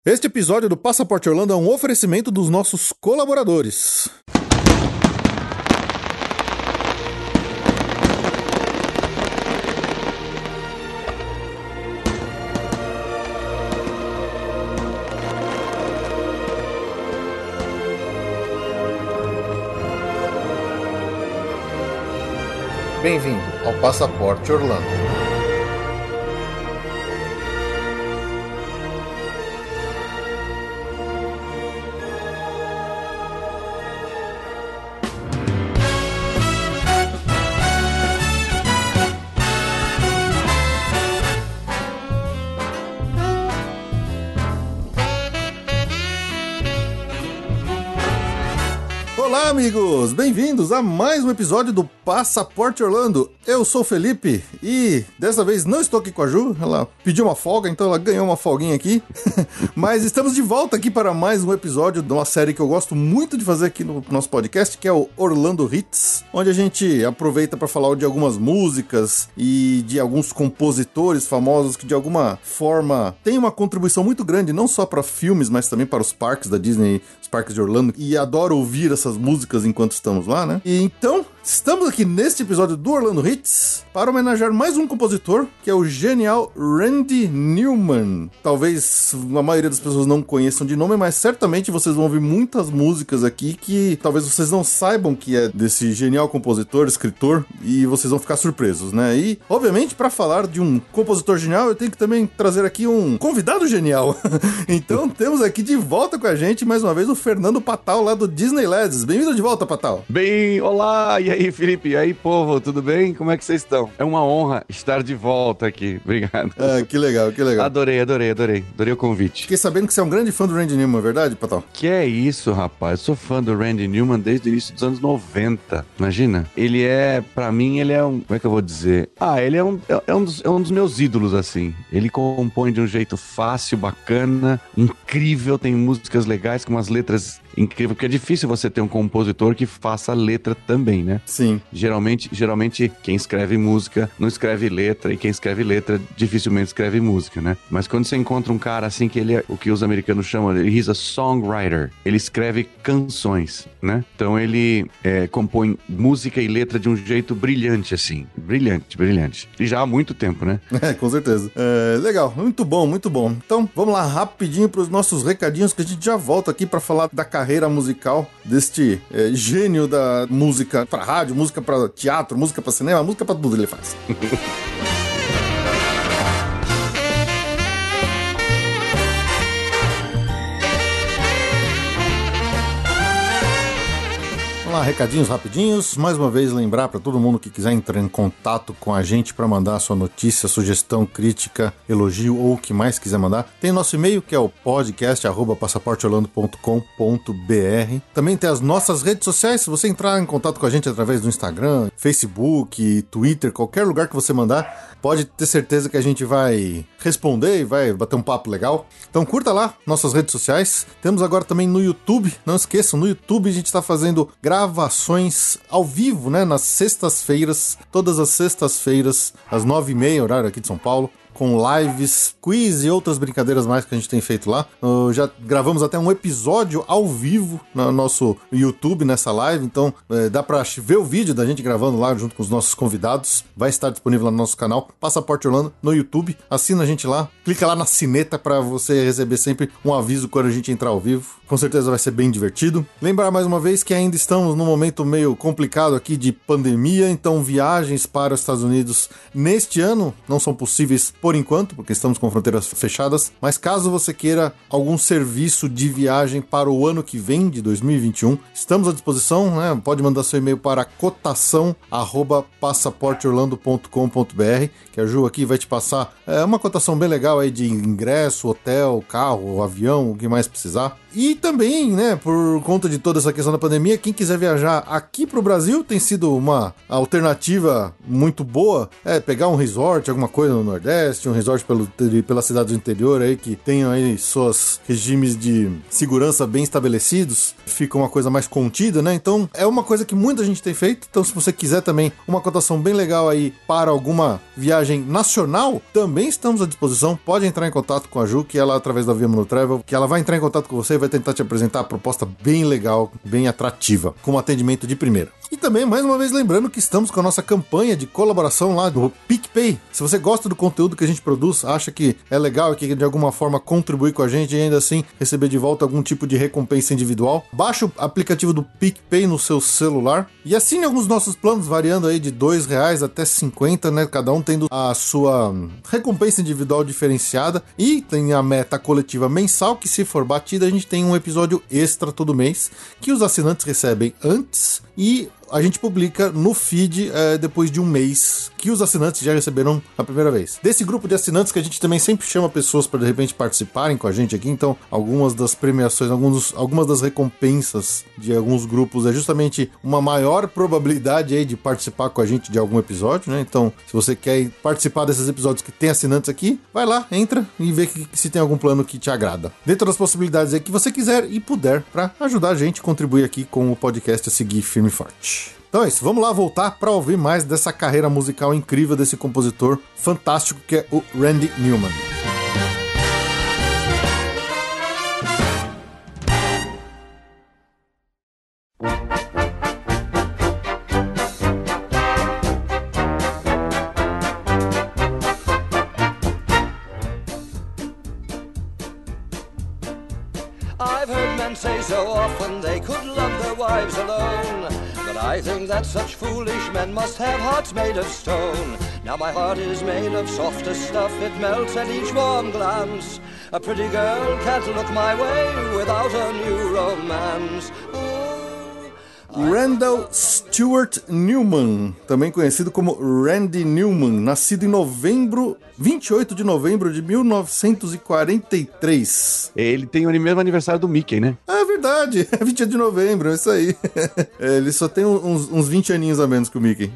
Este episódio do Passaporte Orlando é um oferecimento dos nossos colaboradores. Bem-vindo ao Passaporte Orlando. Olá, amigos! Bem-vindos a mais um episódio do Passaporte Orlando. Eu sou o Felipe e dessa vez não estou aqui com a Ju. Ela pediu uma folga, então ela ganhou uma folguinha aqui. Mas estamos de volta aqui para mais um episódio de uma série que eu gosto muito de fazer aqui no nosso podcast, que é o Orlando Hits, onde a gente aproveita para falar de algumas músicas e de alguns compositores famosos que de alguma forma têm uma contribuição muito grande, não só para filmes, mas também para os parques da Disney, os parques de Orlando, e adoro ouvir essas músicas enquanto estamos lá, né? E então, estamos aqui neste episódio do Orlando Hits para homenagear mais um compositor, que é o genial Randy Newman. Talvez a maioria das pessoas não conheçam de nome, mas certamente vocês vão ouvir muitas músicas aqui que talvez vocês não saibam que é desse genial compositor, escritor, e vocês vão ficar surpresos, né? E, obviamente, para falar de um compositor genial, eu tenho que também trazer aqui um convidado genial. Então, temos aqui de volta com a gente, mais uma vez, o Fernando Patal, lá do Disneyland. Bem-vindo de volta, Patal. Bem, olá, e aí, Felipe? E aí, povo, tudo bem? Como é que vocês estão? É uma honra estar de volta aqui, obrigado. Ah, que legal, que legal. Adorei o convite. Fiquei sabendo que você é um grande fã do Randy Newman, é verdade, Patal? Que é isso, rapaz, eu sou fã do Randy Newman desde o início dos anos 90, imagina? Ele é, pra mim, ele é um, como é que eu vou dizer? Ele é um dos meus ídolos, assim. Ele compõe de um jeito fácil, bacana, incrível, tem músicas legais com umas letras incríveis, porque é difícil você ter um compositor que faça letra também, né? Sim. Geralmente quem escreve música não escreve letra, e quem escreve letra dificilmente escreve música, né? Mas quando você encontra um cara assim, que ele é o que os americanos chamam, he's a songwriter, ele escreve canções, né? Então ele compõe música e letra de um jeito brilhante, assim. Brilhante. E já há muito tempo, né? Com certeza. Legal, muito bom. Então, vamos lá rapidinho para os nossos recadinhos, que a gente já volta aqui para falar da carreira musical deste gênio da música para rádio, música para teatro, música para cinema, música para tudo ele faz. Vamos lá, recadinhos rapidinhos. Mais uma vez lembrar para todo mundo que quiser entrar em contato com a gente para mandar sua notícia, sugestão, crítica, elogio ou o que mais quiser mandar. Tem nosso e-mail, que é o podcast@passaporteorlando.com.br. Também tem as nossas redes sociais. Se você entrar em contato com a gente através do Instagram, Facebook, Twitter, qualquer lugar que você mandar, pode ter certeza que a gente vai responder e vai bater um papo legal. Então curta lá nossas redes sociais. Temos agora também no YouTube. Não esqueçam, no YouTube a gente está fazendo gravações ao vivo, né? Nas sextas-feiras, todas as sextas-feiras, às 9h30, horário aqui de São Paulo, com lives, quiz e outras brincadeiras mais que a gente tem feito lá. Já gravamos até um episódio ao vivo no nosso YouTube nessa live, então dá pra ver o vídeo da gente gravando lá junto com os nossos convidados. Vai estar disponível lá no nosso canal Passaporte Orlando no YouTube. Assina a gente lá, clica lá na sineta pra você receber sempre um aviso quando a gente entrar ao vivo. Com certeza vai ser bem divertido. Lembrar mais uma vez que ainda estamos num momento meio complicado aqui de pandemia, então viagens para os Estados Unidos neste ano não são possíveis por enquanto, porque estamos com fronteiras fechadas, mas caso você queira algum serviço de viagem para o ano que vem, de 2021, estamos à disposição, né? Pode mandar seu e-mail para cotação@passaporteorlando.com.br, que a Ju aqui vai te passar uma cotação bem legal aí de ingresso, hotel, carro, avião, o que mais precisar. E também, né, por conta de toda essa questão da pandemia, quem quiser viajar aqui pro Brasil tem sido uma alternativa muito boa, pegar um resort, alguma coisa no Nordeste, Nordeste, um resort pela cidade do interior aí, que tenham aí seus regimes de segurança bem estabelecidos, fica uma coisa mais contida, né? Então, é uma coisa que muita gente tem feito. Então, se você quiser também uma cotação bem legal aí para alguma viagem nacional, também estamos à disposição. Pode entrar em contato com a Ju, que ela, através da Via Mundo Travel, que ela vai entrar em contato com você e vai tentar te apresentar a proposta bem legal, bem atrativa, com um atendimento de primeira. E também, mais uma vez, lembrando que estamos com a nossa campanha de colaboração lá do PicPay. Se você gosta do conteúdo que a gente produz, acha que é legal e que de alguma forma contribui com a gente e ainda assim receber de volta algum tipo de recompensa individual, baixa o aplicativo do PicPay no seu celular e assine alguns dos nossos planos, variando aí de R$2 até 50, né? Cada um tendo a sua recompensa individual diferenciada, e tem a meta coletiva mensal, que se for batida, a gente tem um episódio extra todo mês, que os assinantes recebem antes, e a gente publica no feed depois de um mês que os assinantes já receberam a primeira vez. Desse grupo de assinantes que a gente também sempre chama pessoas para de repente participarem com a gente aqui, então algumas das premiações, algumas das recompensas de alguns grupos é justamente uma maior probabilidade aí de participar com a gente de algum episódio, né? Então, se você quer participar desses episódios que tem assinantes aqui, vai lá, entra e vê se tem algum plano que te agrada. Dentro das possibilidades aí que você quiser e puder, para ajudar a gente a contribuir aqui com o podcast a seguir firme e forte. Então é isso, vamos lá voltar para ouvir mais dessa carreira musical incrível desse compositor fantástico que é o Randy Newman. I've heard men say so often they could love their wives alone, but I think that such foolish men must have hearts made of stone. Now my heart is made of softest stuff, it melts at each warm glance. A pretty girl can't look my way without a new romance. Randall Stewart Newman, também conhecido como Randy Newman, nascido em 28 de novembro de 1943. Ele tem o mesmo aniversário do Mickey, né? É verdade, é 28 de novembro, é isso aí. Ele só tem uns 20 aninhos a menos que o Mickey.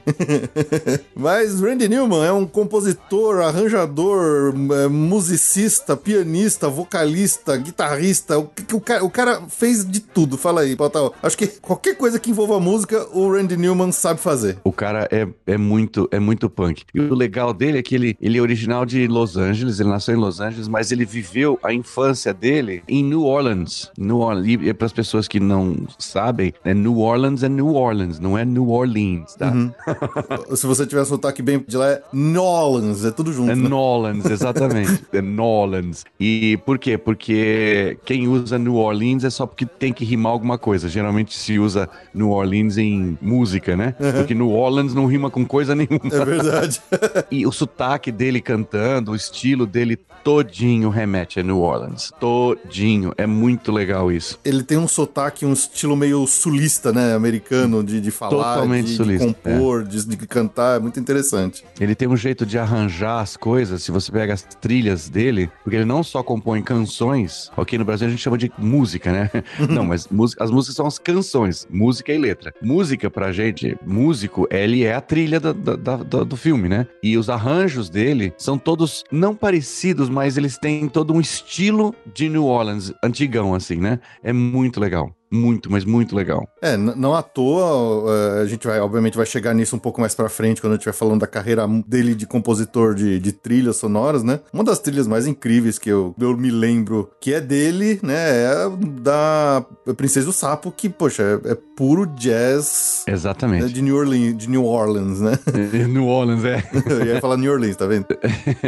Mas Randy Newman é um compositor, arranjador, musicista, pianista, vocalista, guitarrista. O cara fez de tudo, fala aí, Pautal. Acho que qualquer coisa que envolva música, o Randy Newman sabe fazer. O cara é muito punk. E o legal dele é que ele é original de Los Angeles, ele nasceu em Los Angeles, mas ele viveu a infância dele em New Orleans. E para as pessoas que não sabem, New Orleans, não é New Orleans, tá? Uhum. Se você tiver sotaque bem de lá, é New Orleans, é tudo junto. É né? New Orleans, exatamente. É New Orleans. E por quê? Porque quem usa New Orleans é só porque tem que rimar alguma coisa. Geralmente se usa New Orleans em música, né? Uhum. Porque New Orleans não rima com coisa nenhuma. É verdade. E o sotaque dele cantando, o estilo dele todinho remete a New Orleans. Todinho. É muito legal isso. Ele tem um sotaque, um estilo meio sulista, né? Americano, de falar, totalmente de sulista, compor, de cantar. É muito interessante. Ele tem um jeito de arranjar as coisas, se você pega as trilhas dele, porque ele não só compõe canções, ok? No Brasil a gente chama de música, né? Não, mas as músicas são as canções, música e letra. Música pra gente, músico, ele é a trilha do filme, né? E os arranjos dele são todos não parecidos, mas eles têm todo um estilo de New Orleans, antigão, assim, né? É muito legal. Muito, mas muito legal. Não à toa, a gente obviamente vai chegar nisso um pouco mais pra frente, quando a gente vai falando da carreira dele de compositor de trilhas sonoras, né? Uma das trilhas mais incríveis que eu me lembro que é dele, né? É da Princesa do Sapo, que, poxa, é puro jazz. Exatamente. Né, de New Orleans, né? New Orleans, é. Eu ia falar New Orleans, tá vendo?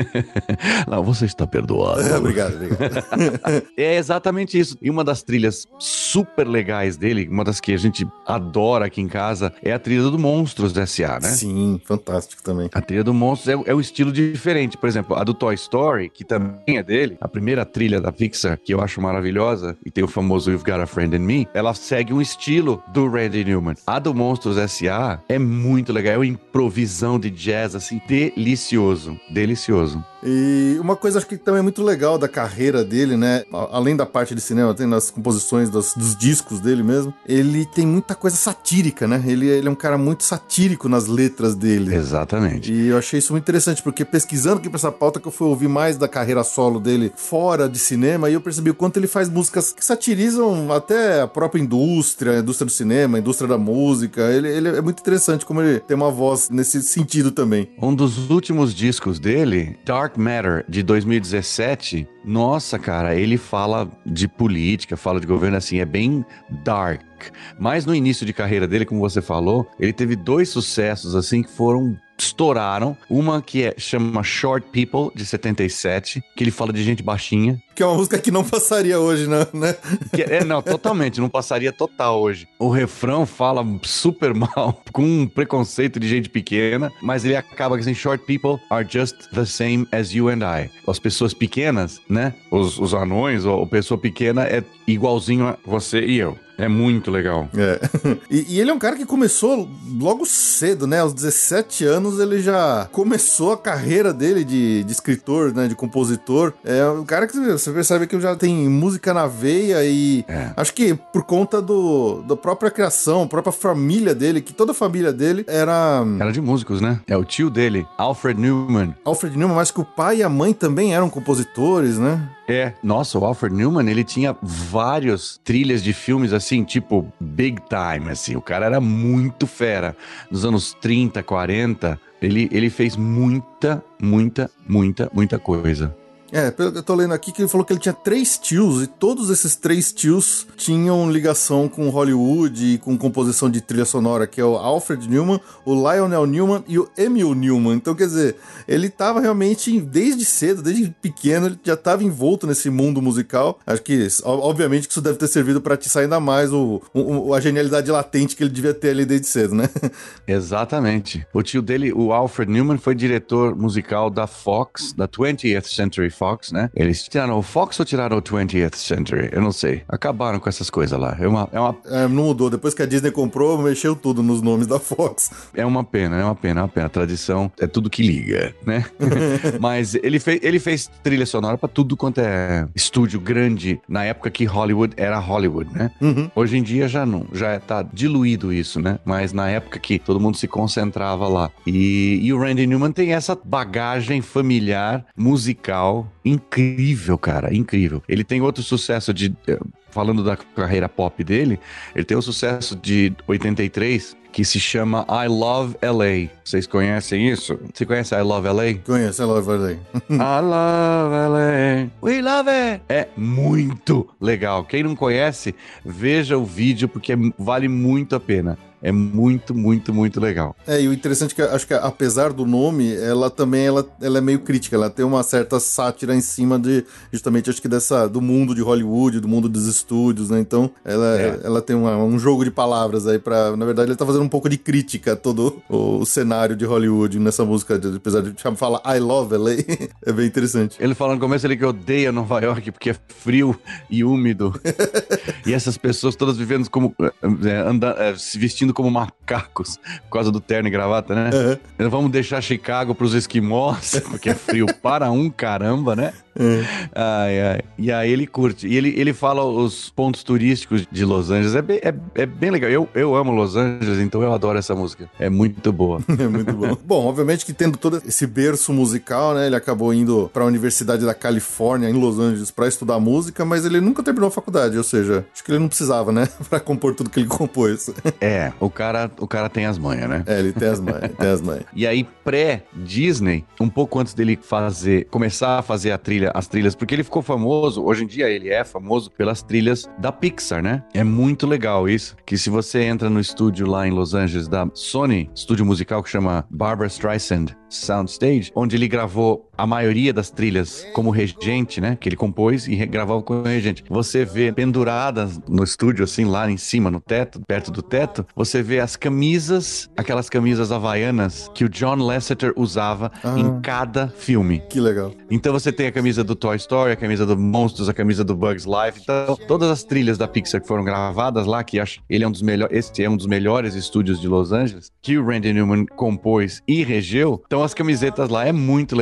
Não, você está perdoado. Obrigado. É exatamente isso. E uma das trilhas super legais dele, uma das que a gente adora aqui em casa, é a trilha do Monstros S.A., né? Sim, fantástico também. A trilha do Monstros é um estilo diferente. Por exemplo, a do Toy Story, que também é dele, a primeira trilha da Pixar, que eu acho maravilhosa, e tem o famoso You've Got a Friend in Me, ela segue um estilo do Randy Newman. A do Monstros S.A. é muito legal, é uma improvisão de jazz, assim, delicioso. E uma coisa acho que também é muito legal da carreira dele, né? Além da parte de cinema, tem nas composições dos discos discos dele mesmo, ele tem muita coisa satírica, né? Ele é um cara muito satírico nas letras dele. Exatamente. E eu achei isso muito interessante, porque pesquisando aqui pra essa pauta que eu fui ouvir mais da carreira solo dele fora de cinema, e eu percebi o quanto ele faz músicas que satirizam até a própria indústria, a indústria do cinema, a indústria da música. Ele é muito interessante como ele tem uma voz nesse sentido também. Um dos últimos discos dele, Dark Matter, de 2017, nossa, cara, ele fala de política, fala de governo, assim, é bem dark. Mas no início de carreira dele, como você falou, ele teve 2 sucessos, assim, que estouraram. Uma que chama Short People, de 77, que ele fala de gente baixinha. Que é uma música que não passaria hoje, né? Não, totalmente, não passaria total hoje. O refrão fala super mal, com um preconceito de gente pequena, mas ele acaba assim, short people are just the same as you and I. As pessoas pequenas, né? Os anões, ou a pessoa pequena é igualzinho a você e eu. É muito legal. É. E ele é um cara que começou logo cedo, né? Aos 17 anos ele já começou a carreira dele de escritor, né? De compositor. É um cara que você percebe que já tem música na veia e acho que por conta da própria criação, a própria família dele, que toda a família dele era de músicos, né? É o tio dele, Alfred Newman. Alfred Newman, mas que o pai e a mãe também eram compositores, né? Nossa, o Alfred Newman, ele tinha várias trilhas de filmes, assim, tipo, big time, assim. O cara era muito fera. Nos anos 30, 40, ele fez muita coisa. Eu tô lendo aqui que ele falou que ele tinha 3 tios, e todos esses 3 tios tinham ligação com Hollywood e com composição de trilha sonora, que é o Alfred Newman, o Lionel Newman e o Emil Newman. Então, quer dizer, ele tava realmente, desde cedo, desde pequeno, ele já tava envolto nesse mundo musical. Acho que, obviamente, que isso deve ter servido pra atiçar ainda mais a genialidade latente que ele devia ter ali desde cedo, né? Exatamente. O tio dele, o Alfred Newman, foi diretor musical da Fox, da 20th Century Fox, né? Eles tiraram o Fox ou tiraram o 20th Century? Eu não sei. Acabaram com essas coisas lá. Não mudou. Depois que a Disney comprou, mexeu tudo nos nomes da Fox. É uma pena. A tradição é tudo que liga, né? Mas ele fez trilha sonora pra tudo quanto é estúdio grande, na época que Hollywood era Hollywood, né? Uhum. Hoje em dia já tá diluído isso, né? Mas na época que todo mundo se concentrava lá. E o Randy Newman tem essa bagagem familiar, musical, incrível, cara, incrível. Ele tem outro sucesso falando da carreira pop dele, ele tem um sucesso de 83 que se chama I Love L.A. Vocês conhecem isso? Você conhece I Love L.A.? Conheço, I Love L.A. I love L.A. We love it! É muito legal. Quem não conhece, veja o vídeo porque vale muito a pena. É muito legal. E o interessante é que acho que apesar do nome, ela também ela é meio crítica, ela tem uma certa sátira em cima de, justamente, acho que do mundo de Hollywood, do mundo dos estúdios, né? Então, ela tem um jogo de palavras aí na verdade, ele tá fazendo um pouco de crítica a todo o cenário de Hollywood nessa música, apesar de falar I Love LA, é bem interessante. Ele fala no começo que odeia Nova York porque é frio e úmido. E essas pessoas todas vivendo como, se vestindo como macacos, por causa do terno e gravata, né? Uhum. Vamos deixar Chicago pros esquimós, porque é frio para um caramba, né? Ai. E aí ele curte. E ele fala os pontos turísticos de Los Angeles. É bem legal. Eu amo Los Angeles, então eu adoro essa música. É muito boa. É muito bom. Bom, obviamente que tendo todo esse berço musical, né? Ele acabou indo pra Universidade da Califórnia, em Los Angeles, pra estudar música, mas ele nunca terminou a faculdade, ou seja, acho que ele não precisava, né? Pra compor tudo que ele compôs. O cara tem as manhas, né? Ele tem as manhas. E aí, pré-Disney, um pouco antes dele começar a fazer as trilhas, porque ele ficou famoso, hoje em dia ele é famoso pelas trilhas da Pixar, né? É muito legal isso, que se você entra no estúdio lá em Los Angeles da Sony, estúdio musical que chama Barbra Streisand Soundstage, onde ele gravou a maioria das trilhas como regente, né? Que ele compôs e gravava como regente. Você vê penduradas no estúdio, assim, lá em cima, no teto, perto do teto, você vê as camisas, aquelas camisas havaianas que o John Lasseter usava em cada filme. Que legal. Então você tem a camisa do Toy Story, a camisa do Monstros, a camisa do Bugs Life. Então, todas as trilhas da Pixar que foram gravadas lá, que ele é um dos melhores, este é um dos melhores estúdios de Los Angeles, que o Randy Newman compôs e regeu. Então as camisetas lá, é muito legal isso.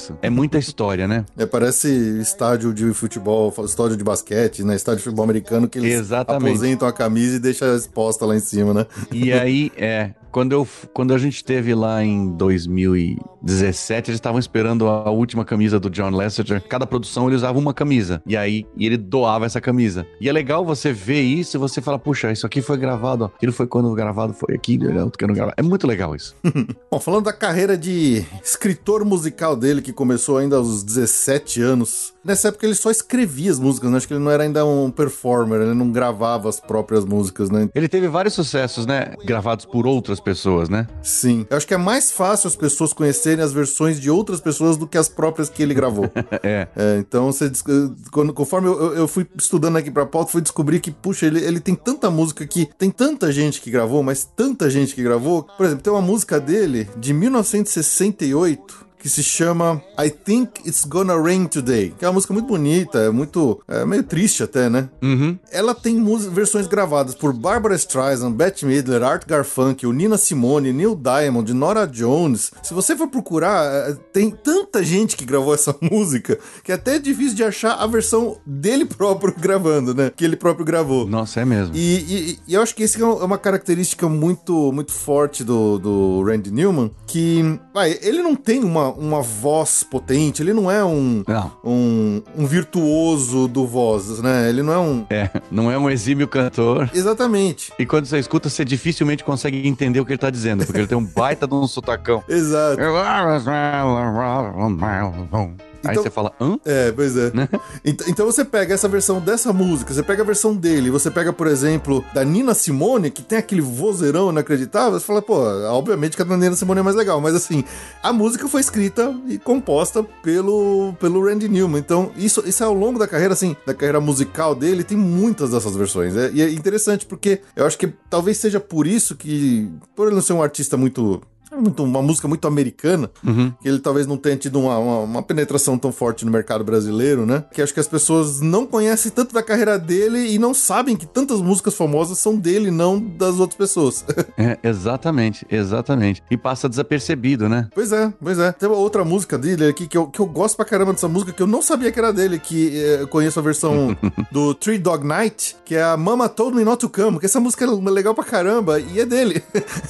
isso. É muita história, né? Parece estádio de futebol, estádio de basquete, né? Estádio de futebol americano que eles aposentam a camisa e deixam exposta lá em cima, né? E aí, quando a gente esteve lá em 2017, eles estavam esperando a última camisa do John Lasseter. Cada produção ele usava uma camisa. E aí ele doava essa camisa. E é legal você ver isso e você fala, puxa, isso aqui foi gravado, ó. Aquilo foi quando gravado, foi aqui, outro que não gravado. É muito legal isso. Bom, falando da carreira de escritor musical dele, que começou ainda aos 17 anos. Nessa época ele só escrevia as músicas, né? Acho que ele não era ainda um performer, ele não gravava as próprias músicas, né? Ele teve vários sucessos, né? Gravados por outras pessoas, né? Sim. Eu acho que é mais fácil as pessoas conhecerem as versões de outras pessoas do que as próprias que ele gravou. Então, conforme eu fui estudando aqui pra pauta, fui descobrir que, puxa, ele tem tanta música que tem tanta gente que gravou, mas tanta gente que gravou. Por exemplo, tem uma música dele de 1968 que se chama I Think It's Gonna Rain Today, que é uma música muito bonita, é meio triste até, né? Uhum. Ela tem versões gravadas por Barbra Streisand, Bette Midler, Art Garfunkel, Nina Simone, Neil Diamond, Norah Jones. Se você for procurar, tem tanta gente que gravou essa música que é até difícil de achar a versão dele próprio gravando, né? Que ele próprio gravou. Nossa, é mesmo. E eu acho que essa é uma característica muito, muito forte do Randy Newman, que ele não tem uma voz potente, ele não é um virtuoso do voz, né? Ele não é um... não é um exímio cantor. Exatamente. E quando você escuta, você dificilmente consegue entender o que ele tá dizendo, porque ele tem um baita de um sotacão. Exato. Aí você fala, hã? Pois é. Então você pega essa versão dessa música, você pega a versão dele, você pega, por exemplo, da Nina Simone, que tem aquele vozeirão inacreditável, você fala, pô, obviamente que a da Nina Simone é mais legal, mas assim, a música foi escrita e composta pelo Randy Newman. Então, isso é ao longo da carreira, assim, da carreira musical dele, tem muitas dessas versões. E é interessante porque eu acho que talvez seja por isso que, por ele não ser um artista uma música muito americana, que ele talvez não tenha tido uma penetração tão forte no mercado brasileiro, né? Que acho que as pessoas não conhecem tanto da carreira dele e não sabem que tantas músicas famosas são dele, não das outras pessoas. Exatamente. E passa desapercebido, né? Pois é. Tem uma outra música dele aqui que eu gosto pra caramba dessa música, que eu não sabia que era dele, que eu conheço a versão do Three Dog Night, que é a Mama Told Me Not To Come, que essa música é legal pra caramba e é dele.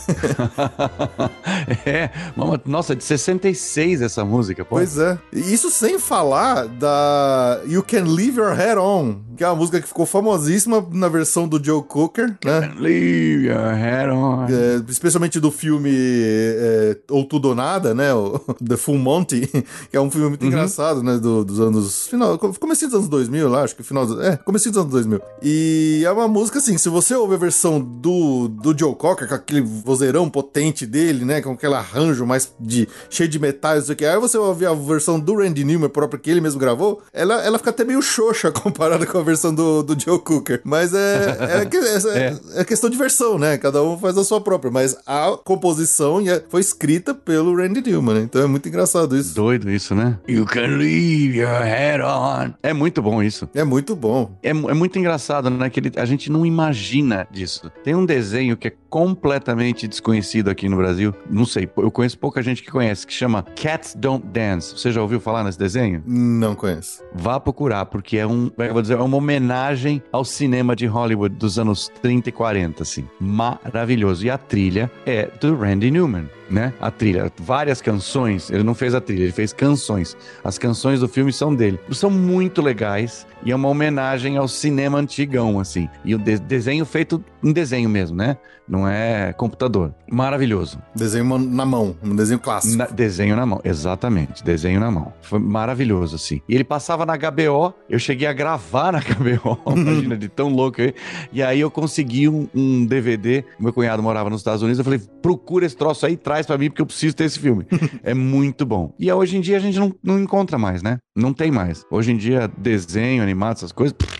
Nossa, de 66 essa música, pô. Pois é. Isso sem falar da You Can Leave Your Head On, que é uma música que ficou famosíssima na versão do Joe Cocker, né? Leave Your Head On. Especialmente do filme Ou Tudo ou Nada, né? O The Full Monty, que é um filme muito engraçado, né? Dos anos... Comecinho dos anos 2000, lá, acho que comecinho dos anos 2000. E é uma música, assim, se você ouve a versão do Joe Cocker, com aquele vozeirão potente dele, né? Com aquele arranjo mais cheio de metais, não sei o que. Aí você vai ouvir a versão do Randy Newman própria, que ele mesmo gravou, ela fica até meio xoxa comparada com a versão do Joe Cocker. Mas é questão de versão, né? Cada um faz a sua própria. Mas a composição foi escrita pelo Randy Newman, né? Então é muito engraçado isso. Doido isso, né? You can leave your head on. É muito bom isso. É muito bom. É muito engraçado, né? Que a gente não imagina disso. Tem um desenho que é completamente desconhecido aqui no Brasil. Não sei, eu conheço pouca gente que conhece, que chama Cats Don't Dance. Você já ouviu falar nesse desenho? Não conheço. Vá procurar, porque é uma homenagem ao cinema de Hollywood dos anos 30 e 40, assim. Maravilhoso. E a trilha é do Randy Newman, né? A trilha, várias canções, ele não fez a trilha, ele fez canções. As canções do filme são dele. São muito legais e é uma homenagem ao cinema antigão, assim. E o desenho feito em desenho mesmo, né? Não é computador. Maravilhoso. Desenho na mão, um desenho clássico. Desenho na mão, exatamente. Desenho na mão. Foi maravilhoso, assim. E ele passava na HBO, eu cheguei a gravar na HBO, imagina, de tão louco aí. E aí eu consegui um DVD, meu cunhado morava nos Estados Unidos, eu falei, procura esse troço aí, traz pra mim, porque eu preciso ter esse filme. É muito bom. E hoje em dia a gente não encontra mais, né? Não tem mais. Hoje em dia, desenho, animado, essas coisas...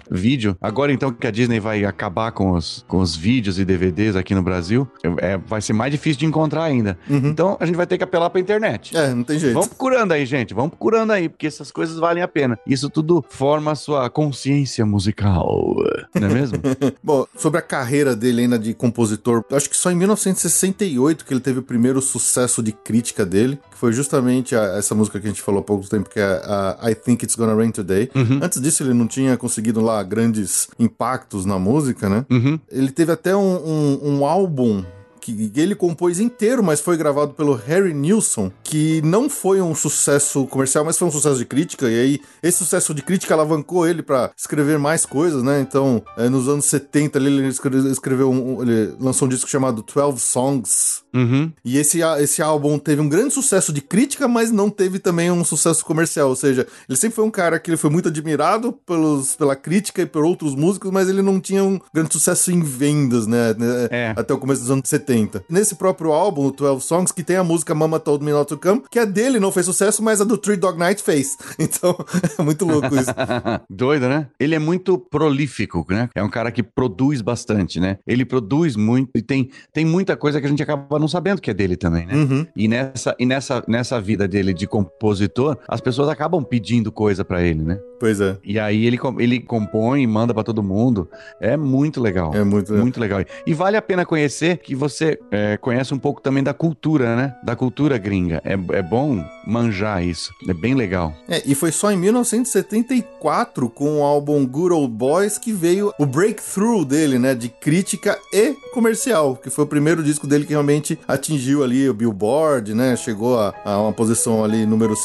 vídeo. Agora, então, que a Disney vai acabar com os vídeos e DVDs aqui no Brasil, vai ser mais difícil de encontrar ainda. Então, a gente vai ter que apelar pra internet. Não tem jeito. Vamos procurando aí, gente. Vamos procurando aí, porque essas coisas valem a pena. Isso tudo forma a sua consciência musical. Não é mesmo? Bom, sobre a carreira dele ainda de compositor, acho que só em 1968 que ele teve o primeiro sucesso de crítica dele, que foi justamente essa música que a gente falou há pouco tempo, que é a I Think It's Gonna Rain Today. Antes disso, ele não tinha conseguido lá grandes impactos na música, né? Ele teve até um álbum que ele compôs inteiro, mas foi gravado pelo Harry Nilsson, que não foi um sucesso comercial, mas foi um sucesso de crítica, e aí esse sucesso de crítica alavancou ele pra escrever mais coisas, né? Então, nos anos 70 ele escreveu ele lançou um disco chamado 12 Songs, e esse álbum teve um grande sucesso de crítica, mas não teve também um sucesso comercial, ou seja, ele sempre foi um cara que ele foi muito admirado pela crítica e por outros músicos, mas ele não tinha um grande sucesso em vendas, né? Até o começo dos anos 70. Nesse próprio álbum, o 12 Songs, que tem a música Mama Told Me Not To Come, que a dele não fez sucesso, mas a do Three Dog Night fez. Então, é muito louco isso. Doido, né? Ele é muito prolífico, né? É um cara que produz bastante, né? Ele produz muito e tem muita coisa que a gente acaba não sabendo que é dele também, né? E nessa vida dele de compositor, as pessoas acabam pedindo coisa pra ele, né? Pois é. E aí ele compõe e manda pra todo mundo. É muito legal. É muito legal. E vale a pena conhecer que você conhece um pouco também da cultura, né? Da cultura gringa. É bom manjar isso. É bem legal. E foi só em 1974, com o álbum Good Old Boys, que veio o breakthrough dele, né? De crítica e comercial, que foi o primeiro disco dele que realmente atingiu ali o Billboard, né? Chegou a uma posição ali, número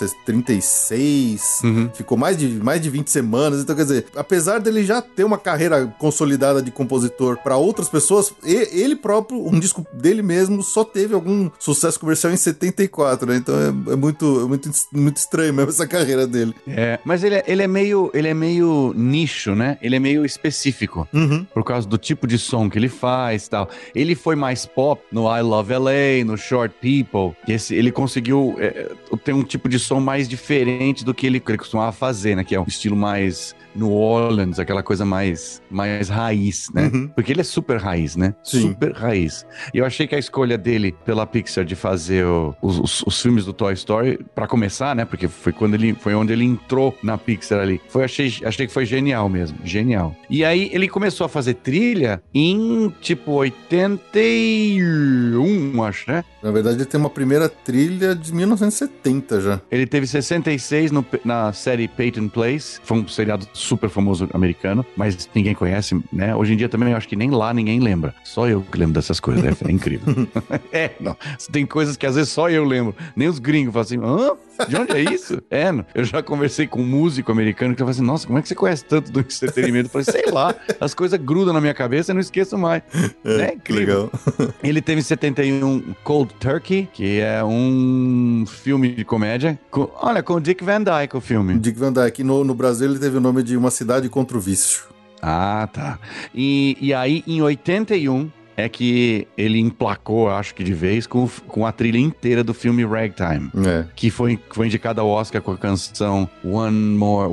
36. Ficou mais de 20 semanas. Então, quer dizer, apesar dele já ter uma carreira consolidada de compositor para outras pessoas, ele próprio, um disco dele mesmo, só teve algum sucesso comercial em 74, né? Então é muito estranho mesmo essa carreira dele. Mas ele é meio nicho, né? Ele é meio específico. Por causa do tipo de som que ele faz e tal. Ele foi mais pop no I Love LA, no Short People. Ele conseguiu ter um tipo de som mais diferente do que ele costumava fazer, né? Que é um estilo mais New Orleans, aquela coisa mais raiz, né? Porque ele é super raiz, né? Sim. Super raiz. E eu achei que a escolha dele pela Pixar de fazer os filmes do Toy Story, pra começar, né? Porque foi onde ele entrou na Pixar ali. Achei que foi genial mesmo. Genial. E aí ele começou a fazer trilha em tipo 81, acho, né? Na verdade, ele tem uma primeira trilha de 1970 já. Ele teve 66 na série Peyton Place. Foi um seriado super famoso americano, mas ninguém conhece, né? Hoje em dia também eu acho que nem lá ninguém lembra. Só eu que lembro dessas coisas, é incrível. Não. Tem coisas que às vezes só eu lembro. Nem os gringos falam assim, de onde é isso? Eu já conversei com um músico americano que falou assim, nossa, como é que você conhece tanto do entretenimento? Eu falei, sei lá, as coisas grudam na minha cabeça e não esqueço mais. É incrível. Legal. Ele teve em 71 Cold Turkey, que é um filme de comédia. Com o Dick Van Dyke, o filme. Dick Van Dyke. No Brasil ele teve o nome de Uma Cidade Contra o Vício. Ah, tá. E aí, em 81, é que ele emplacou, acho que de vez, com a trilha inteira do filme Ragtime. Que foi indicado ao Oscar com a canção One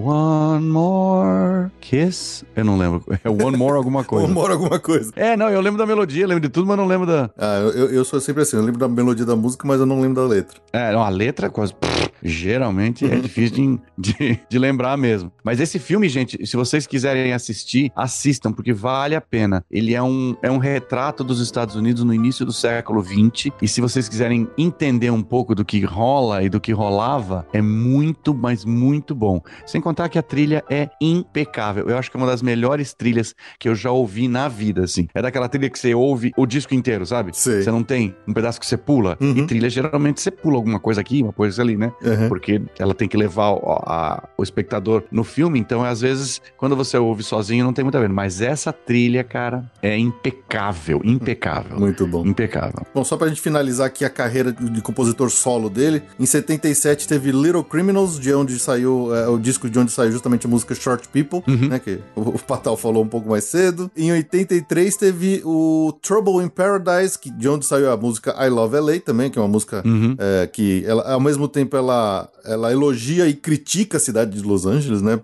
More Kiss? Eu não lembro. É One More alguma coisa. One More alguma coisa. Não, eu lembro da melodia, lembro de tudo, mas não lembro da... Eu sou sempre assim, eu lembro da melodia da música, mas eu não lembro da letra. A letra quase... Geralmente é difícil de lembrar mesmo. Mas esse filme, gente, se vocês quiserem assistir, assistam, porque vale a pena. Ele é um retrato dos Estados Unidos no início do século XX, e se vocês quiserem entender um pouco do que rola e do que rolava, é muito, mas muito bom. Sem contar que a trilha é impecável. Eu acho que é uma das melhores trilhas que eu já ouvi na vida, assim. É daquela trilha que você ouve o disco inteiro, sabe? Sei. Você não tem um pedaço que você pula. E trilha, geralmente, você pula alguma coisa aqui, uma coisa ali, né? Porque ela tem que levar o espectador no filme, então às vezes quando você ouve sozinho não tem muito a ver, mas essa trilha, cara, é impecável impecável. Muito bom. Impecável. Bom, só pra gente finalizar aqui a carreira de compositor solo dele, em 77 teve Little Criminals, de onde saiu, o disco de onde saiu justamente a música Short People, né, que o Patal falou um pouco mais cedo. Em 83 teve o Trouble in Paradise, de onde saiu a música I Love LA também, que é uma música que ela, ao mesmo tempo ela elogia e critica a cidade de Los Angeles, né,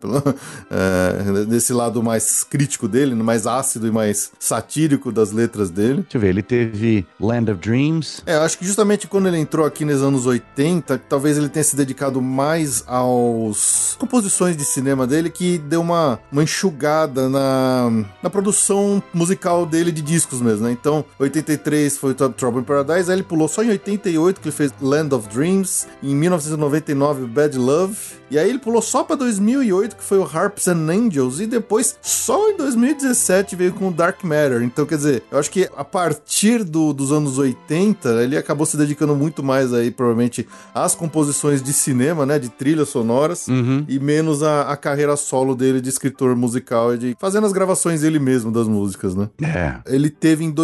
desse lado mais crítico dele, mais ácido e mais satírico das letras dele. Deixa eu ver, ele teve Land of Dreams. Eu acho que justamente quando ele entrou aqui nos anos 80, talvez ele tenha se dedicado mais às composições de cinema dele, que deu uma enxugada na produção musical dele de discos mesmo, né? Então, 83 foi Trouble in Paradise, aí ele pulou só em 88, que ele fez Land of Dreams, em 1999 Bad Love, e aí ele pulou só pra 2008, que foi o Harps and Angels, e depois só em 2017 veio com o Dark Matter. Então, quer dizer, eu acho que a partir dos anos 80, ele acabou se dedicando muito mais aí, provavelmente, às composições de cinema, né, de trilhas sonoras, e menos a carreira solo dele de escritor musical e de fazendo as gravações ele mesmo das músicas, né? Ele teve em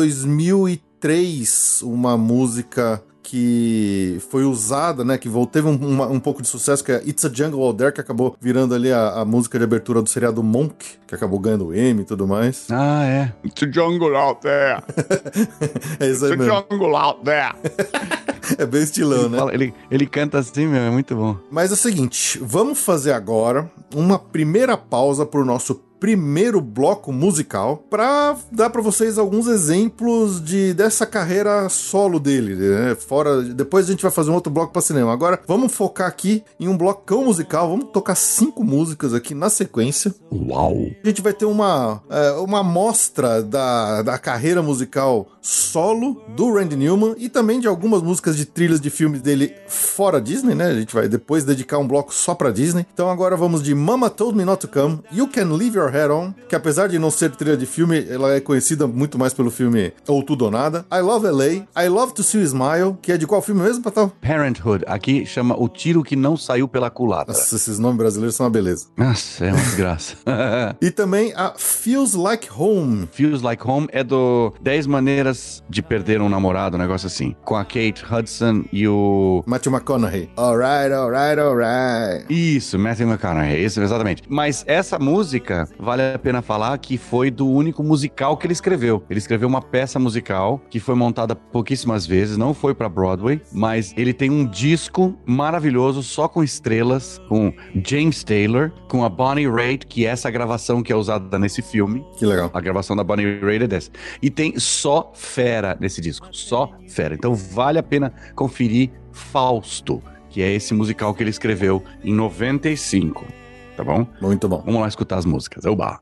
2003 uma música que foi usada, né, que teve um pouco de sucesso, que é It's a Jungle Out There, que acabou virando ali a música de abertura do seriado Monk, que acabou ganhando o Emmy e tudo mais. Ah, é. It's a jungle out there. É isso aí It's mesmo. a jungle out there. É bem estilão, né? Ele canta assim, meu, é muito bom. Mas é o seguinte, vamos fazer agora uma primeira pausa pro nosso primeiro bloco musical para dar para vocês alguns exemplos dessa carreira solo dele, né? Depois a gente vai fazer um outro bloco para cinema. Agora vamos focar aqui em um blocão musical. Vamos tocar 5 músicas aqui na sequência. Uau! A gente vai ter uma amostra da carreira musical solo do Randy Newman e também de algumas músicas de trilhas de filmes dele fora Disney, né? A gente vai depois dedicar um bloco só pra Disney. Então agora vamos de Mama Told Me Not to Come, You Can Leave Your Head On, que apesar de não ser trilha de filme, ela é conhecida muito mais pelo filme Ou Tudo ou Nada. I Love LA, I Love to See You Smile, que é de qual filme mesmo, Patal? Parenthood, aqui chama O Tiro que Não Saiu pela Culatra. Nossa, esses nomes brasileiros são uma beleza. Nossa, é uma desgraça. E também a Feels Like Home. Feels Like Home é do 10 Maneiras de Perder um Namorado, um negócio assim. Com a Kate Hudson e o... Matthew McConaughey. Alright, alright, alright. Isso, Matthew McConaughey, isso, exatamente. Mas essa música, vale a pena falar que foi do único musical que ele escreveu. Ele escreveu uma peça musical que foi montada pouquíssimas vezes, não foi pra Broadway, mas ele tem um disco maravilhoso só com estrelas, com James Taylor, com a Bonnie Raitt, que é essa gravação que é usada nesse filme. Que legal. A gravação da Bonnie Raitt é dessa. E tem só fera nesse disco, só fera. Então vale a pena conferir Fausto, que é esse musical que ele escreveu em 95. Tá bom? Muito bom. Vamos lá escutar as músicas. Oba!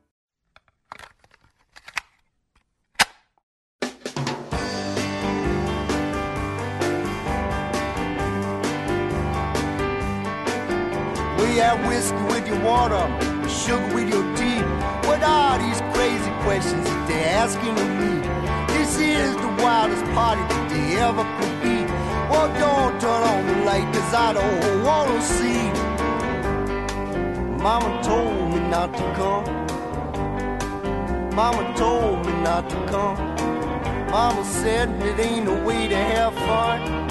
We have whiskey with your water, sugar with your tea. What are these crazy questions that they're asking of me? This is the wildest party that they ever could be. Well, don't turn on the light, cause I don't wanna see. Mama told me not to come. Mama told me not to come. Mama said it ain't a way to have fun.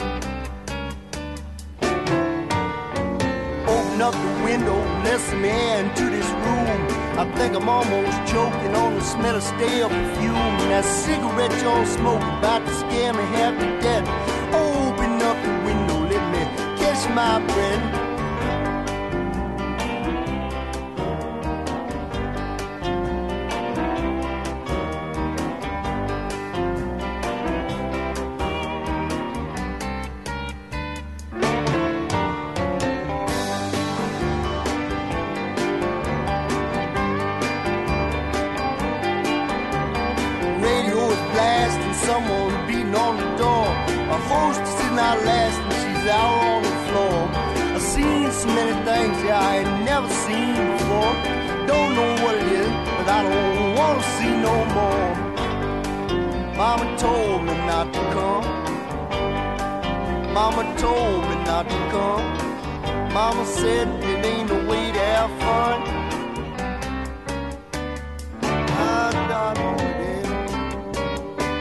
Open up the window, let some air into this room. I think I'm almost choking on the smell of stale perfume. And that cigarette y'all smoke about to scare me half to death. Open up the window, let me catch my breath. Someone beating on the door. A hostess is not lasting, she's out on the floor. I've seen so many things that I ain't never seen before. Don't know what it is, but I don't want to see no more. Mama told me not to come. Mama told me not to come. Mama said it ain't a way to have fun. I don't know it.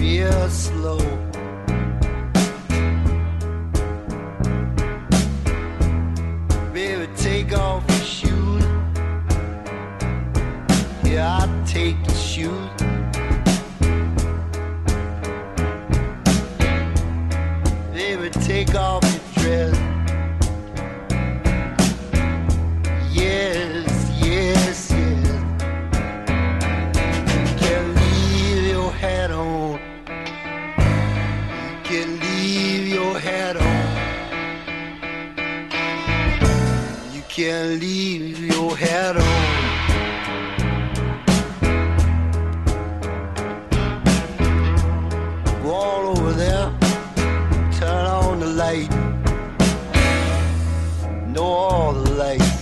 real slow. Baby, take off your shoes. Yeah, I'll take your shoes. Baby, take off your dress. Yes, yes, yes. You can't leave your hat on. You can't leave your hat on. You can't leave your hat on. Go all over there. Turn on the light. Know all the lights.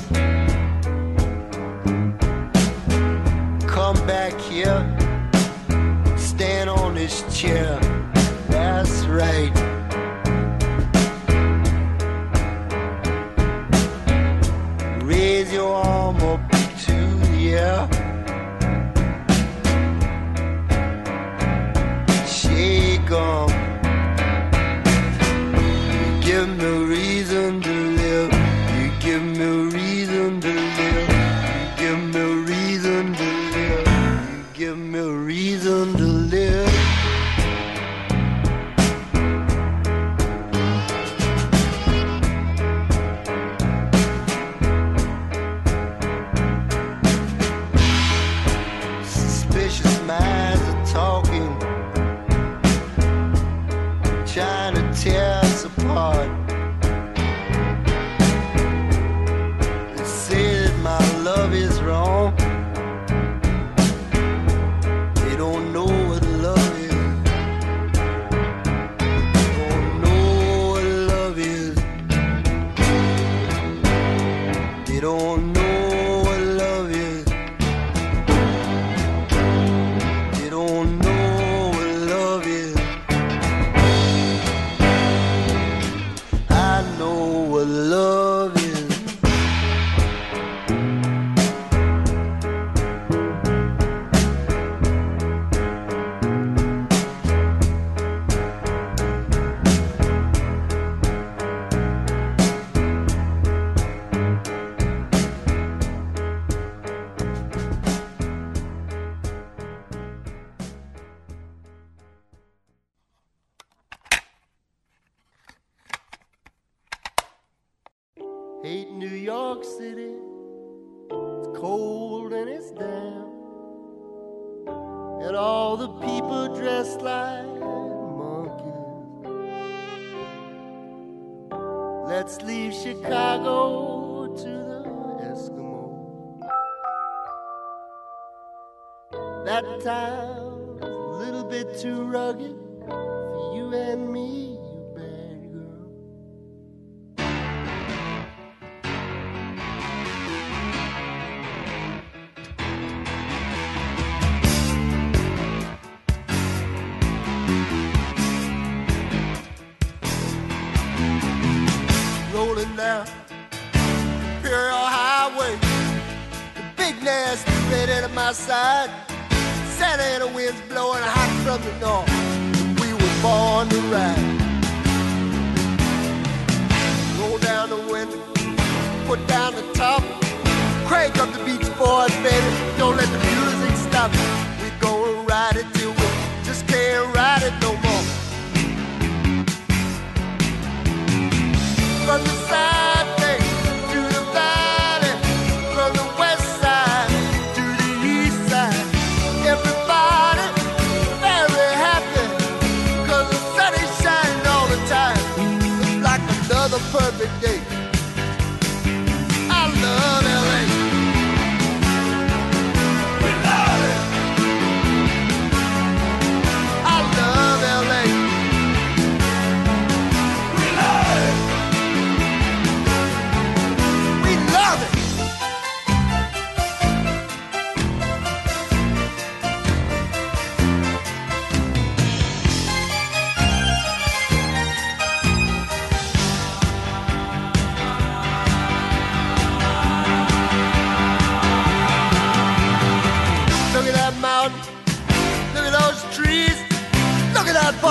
Come back here. Stand on this chair. That's right. Raise your arm up to the air. Shake 'em. Give me a reason to live. You give me a reason to live. You give me a reason to live. You give me a reason to live. Suspicious minds are talking, trying to tear us apart. They say that my love is wrong. They don't know what love is. They don't know what love is. They don't know what love is. They don't know what love is. I know what love is. Hate New York City. It's cold and it's damp, and all the people dressed like monkeys. Let's leave Chicago to the Eskimos. That town's a little bit too rugged for you and me, you bad girl. Rolling down Imperial Highway, the big nasty redhead at my side. Santa Ana winds blowing hot from the north. We were born to ride. Roll down the window, put down the top, crank up the Beach Boys, baby. Don't let the music stop. We gonna ride it till we just can't ride it no more. From the side bay to the valley, from the west side to the east side, everybody very happy, 'cause the sun is shining all the time. Looks like another perfect day. I love LA.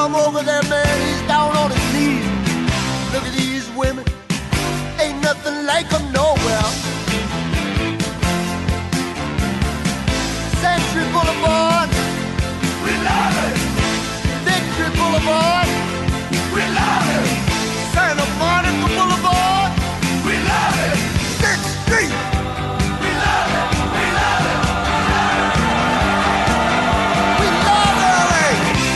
come over there, man, he's down on his knees. Look at these women, ain't nothing like them nowhere. Century Boulevard, we love it. Victory Boulevard, we love it. Santa Monica Boulevard, we love it. Sixth Street, we love it. We love it. We love LA.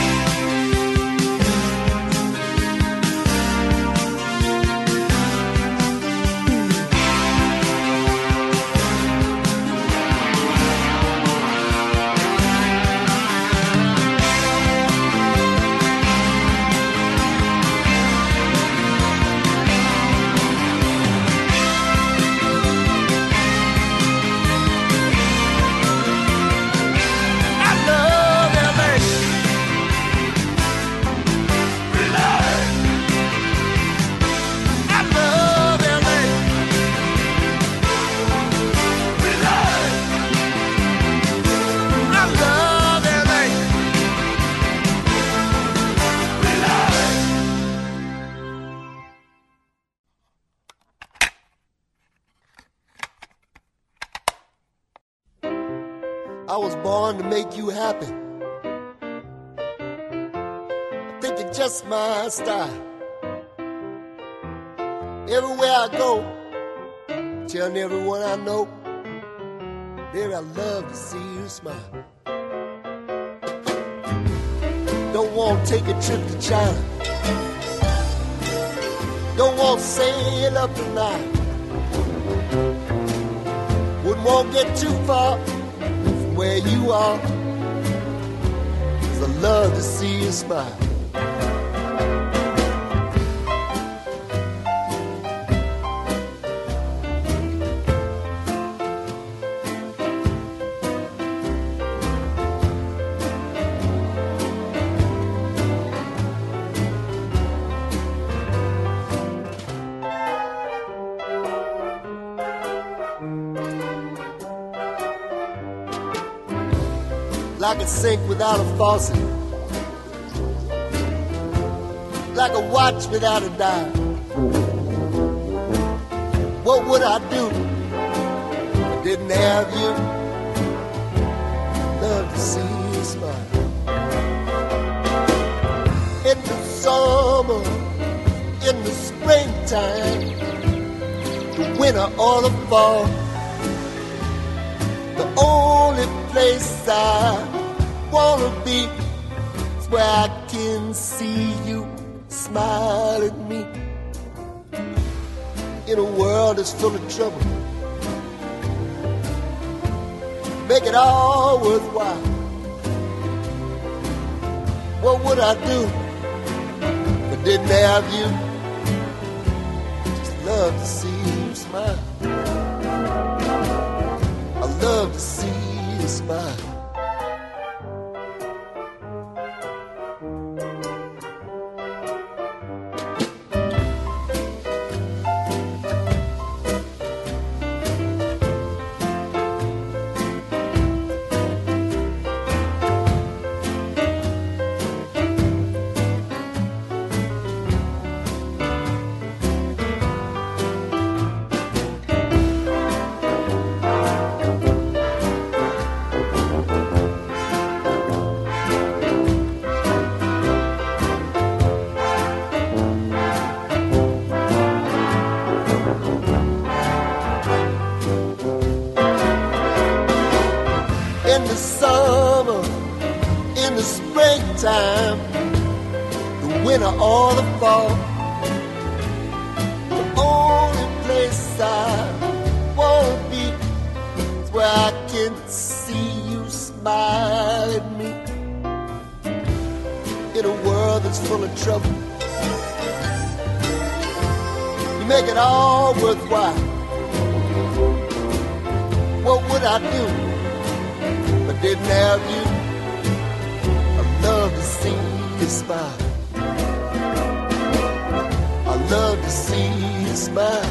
I was born to make you happy. I think it's just my style. Everywhere I go, telling everyone I know, baby, I love to see you smile. Don't want to take a trip to China. Don't want to sail up tonight. Wouldn't want to get too far where you are, 'cause I love to see you smile. Like a sink without a faucet, like a watch without a dial. What would I do if I didn't have you? Love to see you smile. In the summer, in the springtime, the winter or the fall, the only place I wanna be is where I can see you smile at me. In a world that's full of trouble, make it all worthwhile. What would I do if I didn't have you? Just love to see you smile. I love to see you smile. Time, the winter or the fall, the only place I wanna be is where I can see you smile at me. In a world that's full of trouble, you make it all worthwhile. What would I do if I didn't have you? Love to see you smile. I love to see you smile.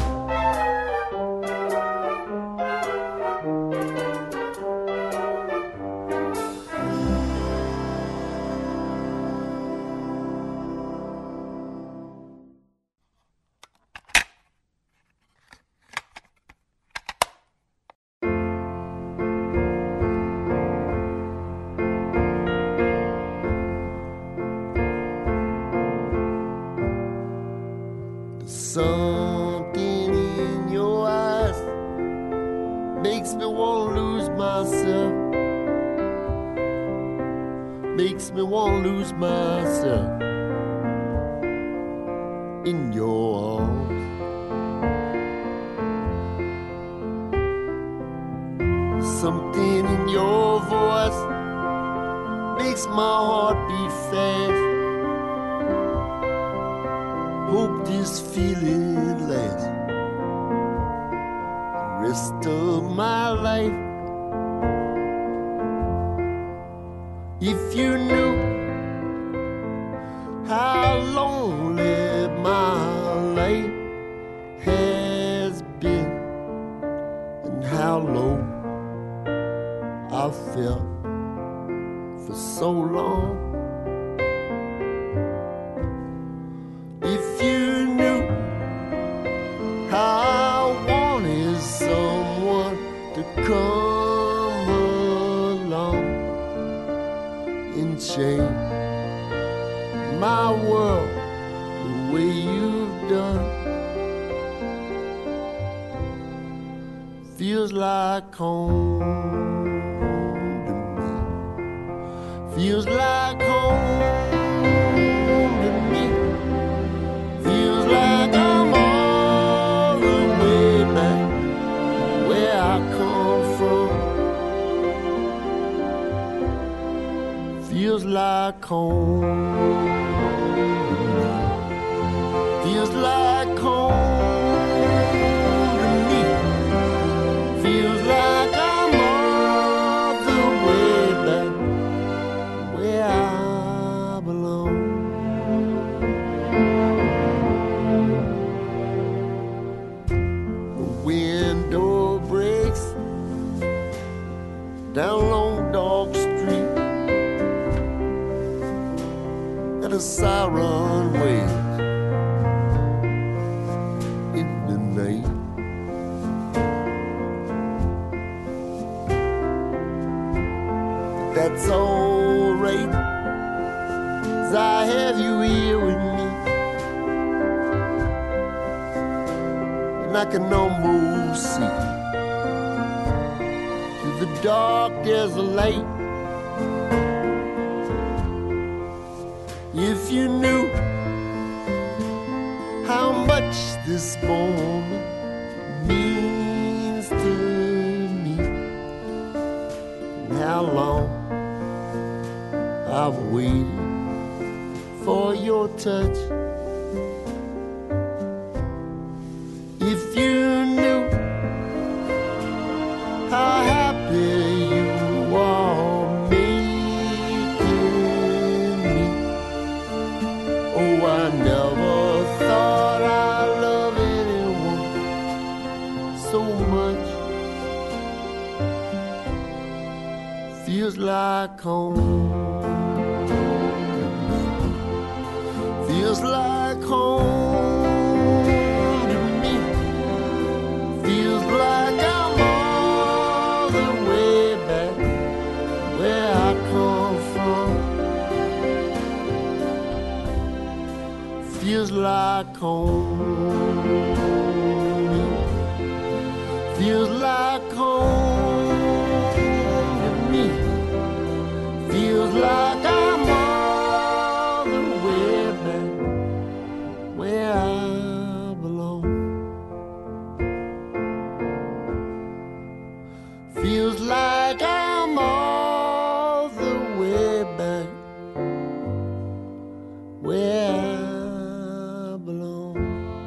Something in your eyes makes me want to lose myself. Makes me want to lose myself in your arms. Something in your voice makes my heart beat fast. Hope this feeling lasts the rest of my life. If you knew how lonely my life has been and how low I felt for so long. If you knew how I wanted someone to come along and change my world the way you've done. Feels like home to me. Feels like home to me. Feels like I'm all the way back where I come from. Feels like home to me. Feels like home. Feels like I'm all the way back where I belong. The window breaks down Long Dog Street and a siren wails in the night. That's alright, 'cause I have you here with me, and I can almost see through the dark there's a light. If you knew how much this moment means to me, and how long I've waited for your touch. If you knew how happy you are making me. Oh, I never thought I loved anyone so much. Feels like home. Feels like home to me. Feels like I'm all the way back where I come from. Feels like home to me. Feels like home to me. Feels like I'm all the way back where I belong. Feels like I'm all the way back where I belong.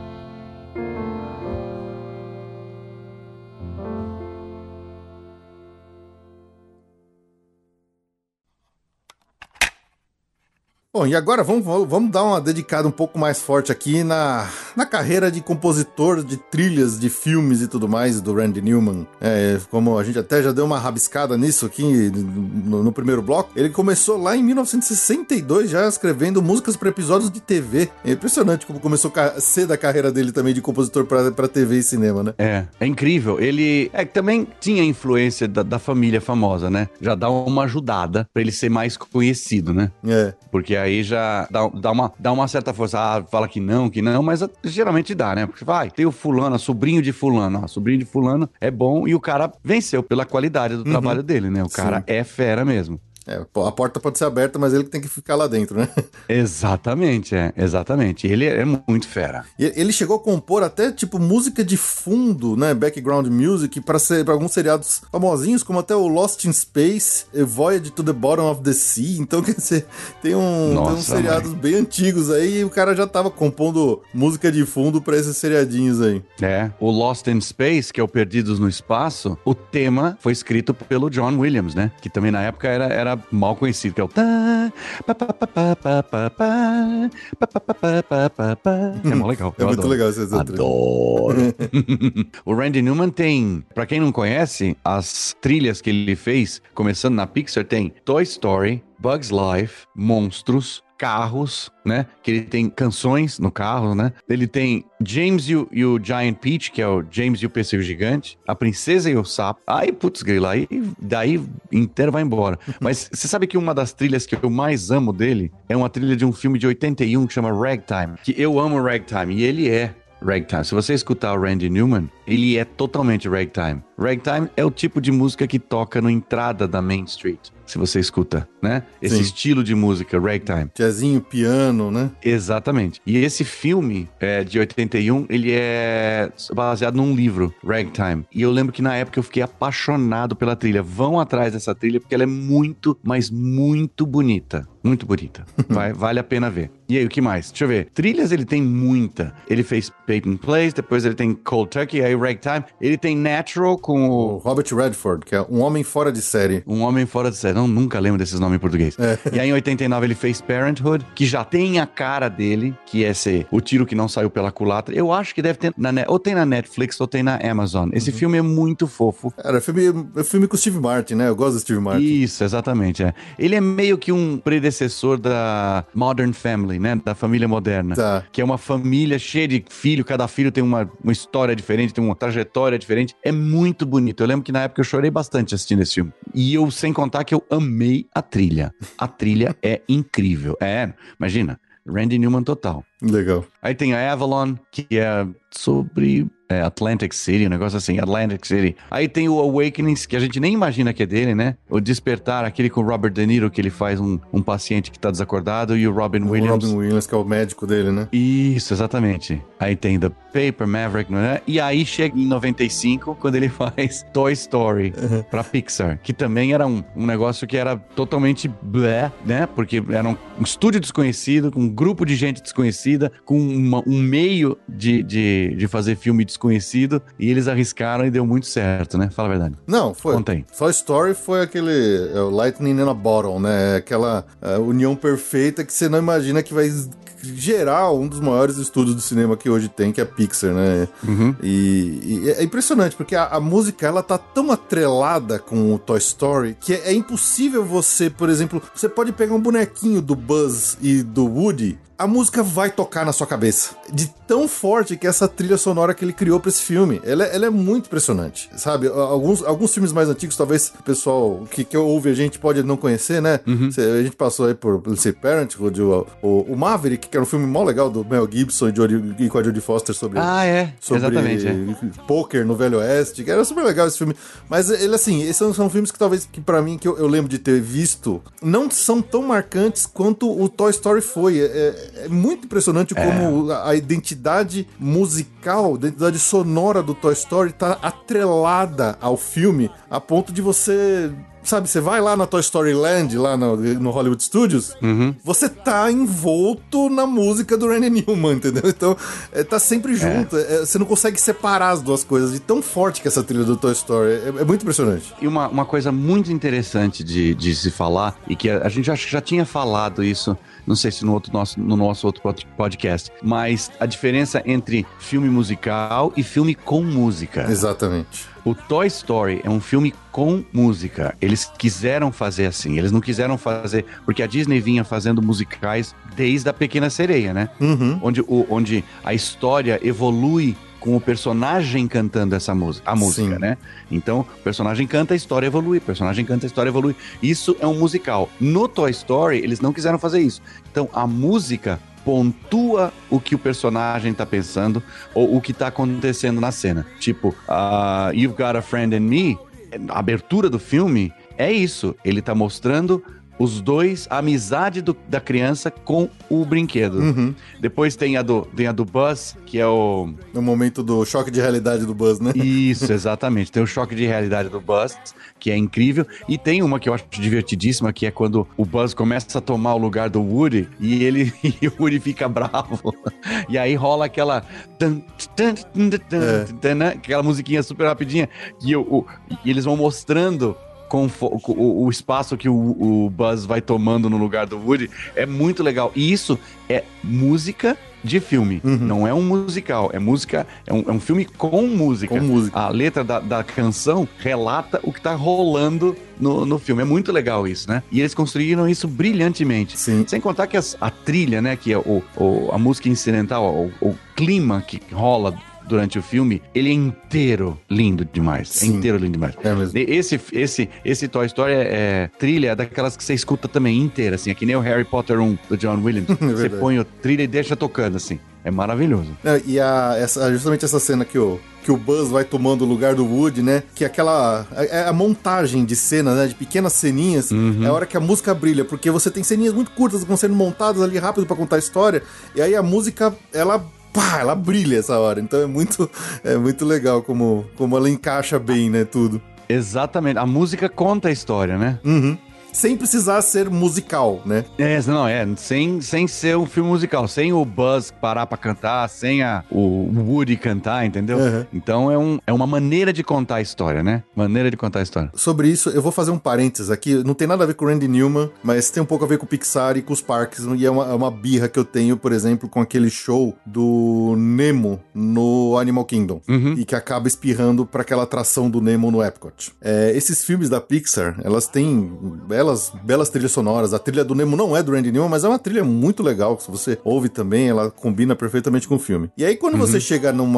Bom, e agora vamos dar uma dedicada um pouco mais forte aqui na carreira de compositor de trilhas de filmes e tudo mais do Randy Newman. Como a gente até já deu uma rabiscada nisso aqui no primeiro bloco, ele começou lá em 1962 já escrevendo músicas para episódios de TV. É impressionante como começou cedo a carreira dele também de compositor para TV e cinema, né? É incrível. Ele também tinha influência da família famosa, né? Já dá uma ajudada para ele ser mais conhecido, né? Porque aí aí já dá uma certa força. Ah, fala que não, mas geralmente dá, né? Porque vai, tem o fulano, sobrinho de fulano. Sobrinho de fulano é bom e o cara venceu pela qualidade do trabalho dele, né? O cara é fera mesmo. A porta pode ser aberta, mas ele que tem que ficar lá dentro, né? Exatamente, exatamente. Ele é muito fera. E ele chegou a compor até, tipo, música de fundo, né? Background music, pra alguns seriados famosinhos, como até o Lost in Space, A Voyage to the Bottom of the Sea. Então, quer dizer, tem uns seriados bem antigos aí e o cara já tava compondo música de fundo pra esses seriadinhos aí. O Lost in Space, que é o Perdidos no Espaço, o tema foi escrito pelo John Williams, né? Que também na época era mal conhecido, que é o é mó legal. É muito legal esse Adoro. O Randy Newman tem, pra quem não conhece, as trilhas que ele fez, começando na Pixar, tem Toy Story, Bugs Life, Monstros, Carros, né? Que ele tem canções no carro, né? Ele tem James e o Giant Peach, que é o James e o Pêssego Gigante, A Princesa e o Sapo. Aí, putz, grila, aí daí inteiro vai embora. Mas você sabe que uma das trilhas que eu mais amo dele é uma trilha de um filme de 81 que chama Ragtime, que eu amo Ragtime, e ele é Ragtime. Se você escutar o Randy Newman, ele é totalmente Ragtime. Ragtime é o tipo de música que toca na entrada da Main Street. Se você escuta, né? Esse estilo de música, Ragtime. Jazzinho, piano, né? Exatamente. E esse filme de 81, ele é baseado num livro, Ragtime. E eu lembro que na época eu fiquei apaixonado pela trilha. Vão atrás dessa trilha porque ela é muito, mas muito bonita. Muito bonita. Vale a pena ver. E aí, o que mais? Deixa eu ver. Trilhas ele tem muita. Ele fez Peyton Place, depois ele tem Cold Turkey, aí Ragtime. Ele tem Natural com o Robert Redford, que é Um Homem Fora de Série. Um Homem Fora de Série. Nunca lembro desses nomes em português. E aí em 89 ele fez Parenthood, que já tem a cara dele, que é o tiro que não saiu pela culatra. Eu acho que deve ter ou tem na Netflix ou tem na Amazon. Esse filme é muito fofo. Cara, é filme com o Steve Martin, né? Eu gosto do Steve Martin. Isso, exatamente. Ele é meio que um predecessor da Modern Family, né? Da família moderna. Tá. Que é uma família cheia de filho, cada filho tem uma história diferente, tem uma trajetória diferente. É muito bonito. Eu lembro que na época eu chorei bastante assistindo esse filme. E eu, sem contar que eu amei a trilha. A trilha é incrível. Imagina, Randy Newman total. Legal. Aí tem a Avalon, que é sobre Atlantic City, um negócio assim, Atlantic City. Aí tem o Awakenings, que a gente nem imagina que é dele, né? O Despertar, aquele com o Robert De Niro, que ele faz um paciente que tá desacordado, e o Robin Williams. O Robin Williams, que é o médico dele, né? Isso, exatamente. Aí tem The Paper, Maverick, né? E aí chega em 95, quando ele faz Toy Story pra Pixar, que também era um negócio que era totalmente blé, né? Porque era um estúdio desconhecido, com um grupo de gente desconhecida, com um meio de fazer filme desconhecido, e eles arriscaram e deu muito certo, né? Fala a verdade. Não, foi. Conta aí. Toy Story foi aquele Lightning in a Bottle, né? Aquela união perfeita que você não imagina que vai gerar um dos maiores estúdios de cinema que hoje tem, que é a Pixar, né? E é impressionante, porque a música, ela tá tão atrelada com o Toy Story que é impossível você, por exemplo, você pode pegar um bonequinho do Buzz e do Woody, a música vai tocar na sua cabeça. De tão forte que essa trilha sonora que ele criou pra esse filme. Ela é muito impressionante, sabe? Alguns filmes mais antigos, talvez o pessoal que ouve a gente pode não conhecer, né? A gente passou aí por Parenthood, o Maverick, que era um filme mó legal do Mel Gibson e com a Jodie Foster sobre exatamente. Poker no Velho Oeste, que era super legal esse filme. Mas ele, assim, esses são filmes que talvez, que pra mim, que eu lembro de ter visto, não são tão marcantes quanto o Toy Story foi. É muito impressionante como a identidade musical, a identidade sonora do Toy Story tá atrelada ao filme, a ponto de você... Sabe, você vai lá na Toy Story Land, lá no Hollywood Studios, você tá envolto na música do Randy Newman, entendeu? Então, tá sempre junto. Você não consegue separar as duas coisas, de tão forte que essa trilha do Toy Story. É muito impressionante. E uma coisa muito interessante de se falar, e que a gente já tinha falado isso, não sei se no nosso outro podcast, mas a diferença entre filme musical e filme com música. Exatamente. O Toy Story é um filme com música. Eles quiseram fazer assim. Eles não quiseram fazer... Porque a Disney vinha fazendo musicais desde a Pequena Sereia, né? Onde a história evolui com o personagem cantando essa música, a música, né? Então, o personagem canta, a história evolui, o personagem canta, a história evolui. Isso é um musical. No Toy Story, eles não quiseram fazer isso. Então, a música pontua o que o personagem tá pensando ou o que tá acontecendo na cena. Tipo, You've Got a Friend in Me, a abertura do filme é isso. Ele tá mostrando os dois, a amizade da criança com o brinquedo. Uhum. Depois tem a do Buzz, que é o... No momento do choque de realidade do Buzz, né? Isso, exatamente. Tem o choque de realidade do Buzz, que é incrível. E tem uma que eu acho divertidíssima, que é quando o Buzz começa a tomar o lugar do Woody e o Woody fica bravo. E aí rola aquela... aquela musiquinha super rapidinha. E eles vão mostrando... com o espaço que o Buzz vai tomando no lugar do Woody, é muito legal. E isso é música de filme, não é um musical, é música, é um filme com música. Com música. A letra da canção relata o que tá rolando no filme. É muito legal isso, né? E eles construíram isso brilhantemente. Sim. Sem contar que a trilha, né, que é a música incidental, o clima que rola durante o filme, ele é inteiro lindo demais. Sim. É inteiro lindo demais. É mesmo. Esse Toy Story trilha é daquelas que você escuta também inteira, assim, é que nem o Harry Potter 1 do John Williams. Você põe a trilha e deixa tocando, assim. É maravilhoso. E justamente essa cena que o Buzz vai tomando o lugar do Woody, né? Que é a montagem de cenas, né? De pequenas ceninhas. É a hora que a música brilha, porque você tem ceninhas muito curtas que vão sendo montadas ali rápido pra contar a história. E aí a música, ela brilha essa hora. Então é muito legal como ela encaixa bem, né? Tudo. Exatamente. A música conta a história, né? Uhum. Sem precisar ser musical, né? Sem ser um filme musical, sem o Buzz parar pra cantar, sem o Woody cantar, entendeu? Uhum. Então é uma maneira de contar a história, né? Maneira de contar a história. Sobre isso, eu vou fazer um parênteses aqui, não tem nada a ver com o Randy Newman, mas tem um pouco a ver com o Pixar e com os parques, e é uma birra que eu tenho, por exemplo, com aquele show do Nemo no Animal Kingdom, e que acaba espirrando pra aquela atração do Nemo no Epcot. Esses filmes da Pixar, elas têm belas trilhas sonoras. A trilha do Nemo não é do Randy Newman, mas é uma trilha muito legal, que se você ouve também, ela combina perfeitamente com o filme. E aí, quando você chega no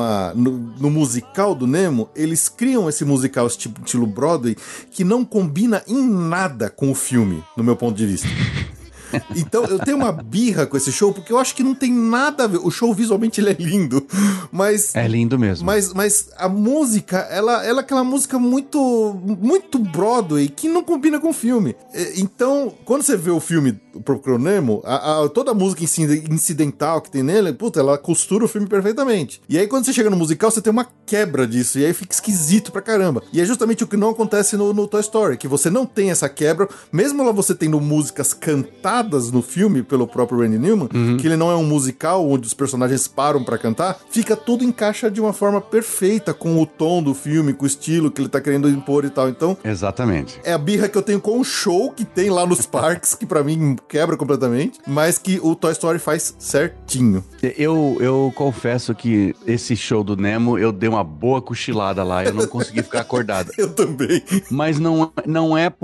musical do Nemo, eles criam esse musical estilo Broadway, que não combina em nada com o filme, no meu ponto de vista. Então, eu tenho uma birra com esse show, porque eu acho que não tem nada a ver. O show, visualmente, ele é lindo, mas... É lindo mesmo. Mas a música, ela é aquela música muito, muito Broadway, que não combina com o filme. Então, quando você vê o filme Procurando Nemo, toda a música incidental que tem nele, puta, ela costura o filme perfeitamente. E aí, quando você chega no musical, você tem uma quebra disso, e aí fica esquisito pra caramba. E é justamente o que não acontece no Toy Story, que você não tem essa quebra, mesmo lá você tendo músicas cantadas no filme pelo próprio Randy Newman, que ele não é um musical onde os personagens param pra cantar, fica tudo encaixa de uma forma perfeita com o tom do filme, com o estilo que ele tá querendo impor e tal. Então, exatamente. É a birra que eu tenho com o show que tem lá nos parques, que pra mim quebra completamente, mas que o Toy Story faz certinho. Eu confesso que esse show do Nemo, eu dei uma boa cochilada lá, eu não consegui ficar acordado. Eu também. Mas não é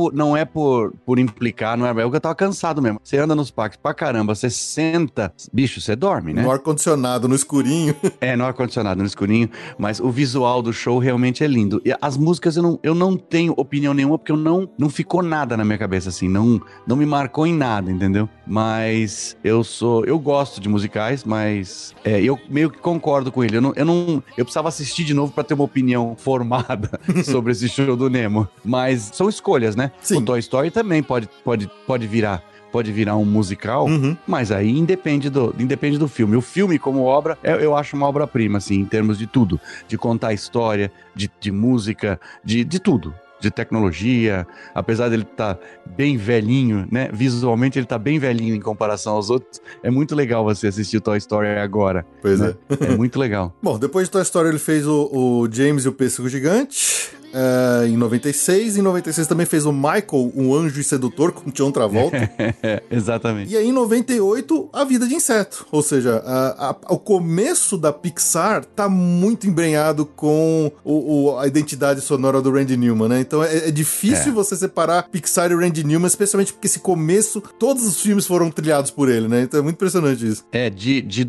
por implicar, não é que eu tava cansado mesmo. Você anda nos parques pra caramba, você senta, bicho, você dorme, né? No ar-condicionado, no escurinho. No ar-condicionado, no escurinho, mas o visual do show realmente é lindo. E as músicas eu não tenho opinião nenhuma, porque não ficou nada na minha cabeça, assim, não me marcou em nada, entendeu? Mas eu gosto de musicais, mas eu meio que concordo com ele. Eu precisava assistir de novo pra ter uma opinião formada sobre esse show do Nemo. Mas são escolhas, né? Sim. O Toy Story também pode virar um musical, mas aí independe do filme. O filme, como obra, eu acho uma obra-prima, assim, em termos de tudo. De contar história, de música, de tudo. De tecnologia, apesar dele estar bem velhinho, né? Visualmente ele tá bem velhinho em comparação aos outros. É muito legal você assistir o Toy Story agora. Pois né? É muito legal. Bom, depois de Toy Story ele fez o James e o Pêssego Gigante. em 96. Em 96 também fez o Michael, um anjo e sedutor, com John Travolta. Exatamente. E aí, em 98, A Vida de Inseto. Ou seja, o começo da Pixar tá muito embrenhado com a identidade sonora do Randy Newman, né? Então é difícil você separar Pixar e Randy Newman, especialmente porque esse começo, todos os filmes foram trilhados por ele, né? Então é muito impressionante isso. De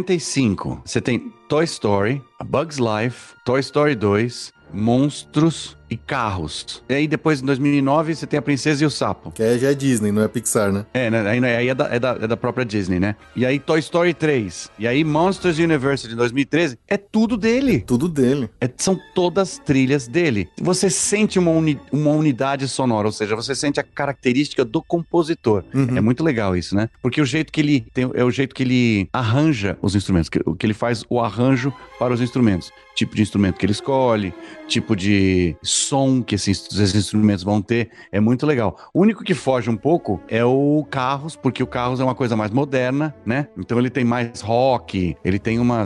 95, você tem Toy Story, A Bug's Life, Toy Story 2, Monstros e Carros. E aí depois, em 2009, você tem A Princesa e o Sapo. Que já é Disney, não é Pixar, né? Aí é da própria Disney, né? E aí Toy Story 3. E aí Monsters University, de 2013. É tudo dele. Tudo dele. São todas trilhas dele. Você sente uma unidade sonora, ou seja, você sente a característica do compositor. Uhum. É muito legal isso, né? Porque o jeito que ele tem, é o jeito que ele arranja os instrumentos, que ele faz o arranjo para os instrumentos. Tipo de instrumento que ele escolhe, tipo de som que esses instrumentos vão ter, é muito legal. O único que foge um pouco é o Carros, porque o Carros é uma coisa mais moderna, né? Então ele tem mais rock, ele tem uma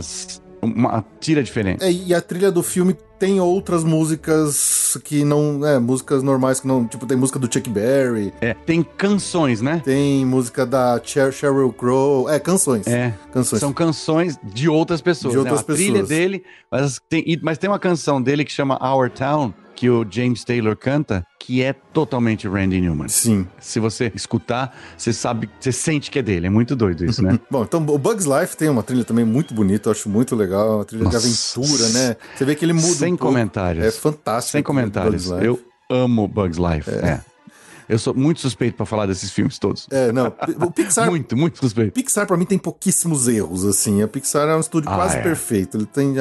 tira diferente. E a trilha do filme tem outras músicas que não... músicas normais que não... Tipo, tem música do Chuck Berry. Tem canções, né? Tem música da Sheryl Crow. Canções. Canções. São canções de outras pessoas. De outras pessoas. A trilha dele, mas tem uma canção dele que chama Our Town, que o James Taylor canta, que é totalmente Randy Newman. Sim. Se você escutar, você sente que é dele. É muito doido isso, né? Bom, então o Bug's Life tem uma trilha também muito bonita, eu acho muito legal, uma trilha de aventura, né? Você vê que ele muda Sem comentários. É fantástico. Sem comentários. Eu amo Bug's Life. Eu sou muito suspeito pra falar desses filmes todos. O Pixar... muito suspeito. Pixar, pra mim, tem pouquíssimos erros, assim. A Pixar é um estúdio quase perfeito. Ele tem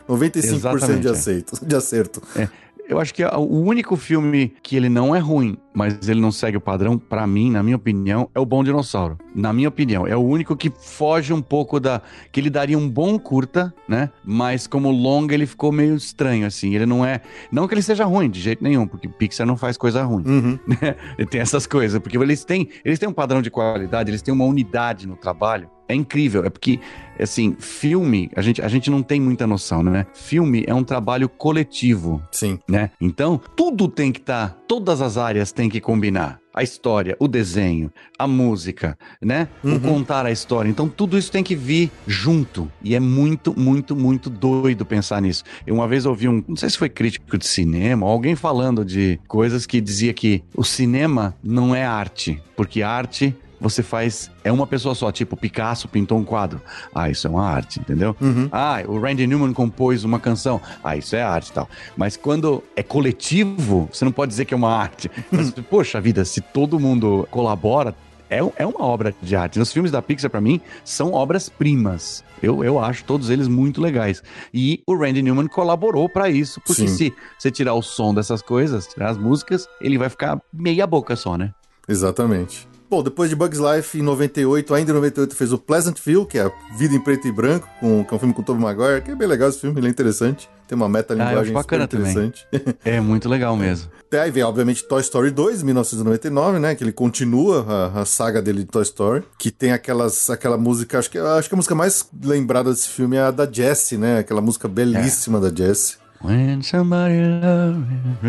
95% de acerto. Eu acho que o único filme que ele não é ruim, mas ele não segue o padrão, pra mim, na minha opinião, é o Bom Dinossauro. Na minha opinião, é o único que foge um pouco que ele daria um bom curta, né? Mas como longa, ele ficou meio estranho, assim. Ele não é... Não que ele seja ruim, de jeito nenhum, porque Pixar não faz coisa ruim. Uhum. Ele tem essas coisas, porque eles têm um padrão de qualidade, eles têm uma unidade no trabalho. É incrível, é porque, assim, filme, a gente não tem muita noção, né? Filme é um trabalho coletivo. Sim. Né? Então, tudo tem que estar, todas as áreas têm que combinar. A história, o desenho, a música, né? O contar a história. Então, tudo isso tem que vir junto. E é muito, muito, muito doido pensar nisso. Eu uma vez ouvi não sei se foi crítico de cinema, alguém falando de coisas que dizia que o cinema não é arte, porque arte... você faz... É uma pessoa só, tipo, Picasso pintou um quadro. Isso é uma arte, entendeu? O Randy Newman compôs uma canção. Isso é arte e tal. Mas quando é coletivo, você não pode dizer que é uma arte. Mas, poxa vida, se todo mundo colabora, é uma obra de arte. Os filmes da Pixar, pra mim, são obras-primas. Eu acho todos eles muito legais. E o Randy Newman colaborou pra isso. Porque se você tirar o som dessas coisas, tirar as músicas, ele vai ficar meia boca só, né? Exatamente. Bom, depois de Bug's Life, em 98, ainda em 98, fez o Pleasantville, que é a Vida em Preto e Branco, que é um filme com o Tobey Maguire, que é bem legal esse filme, ele é interessante. Tem uma metalinguagem super interessante. É muito legal mesmo. Aí vem, obviamente, Toy Story 2, 1999, né? Que ele continua a saga dele de Toy Story. Que tem aquela música, acho que a música mais lembrada desse filme é a da Jessie, né? Aquela música belíssima da Jessie. When somebody loves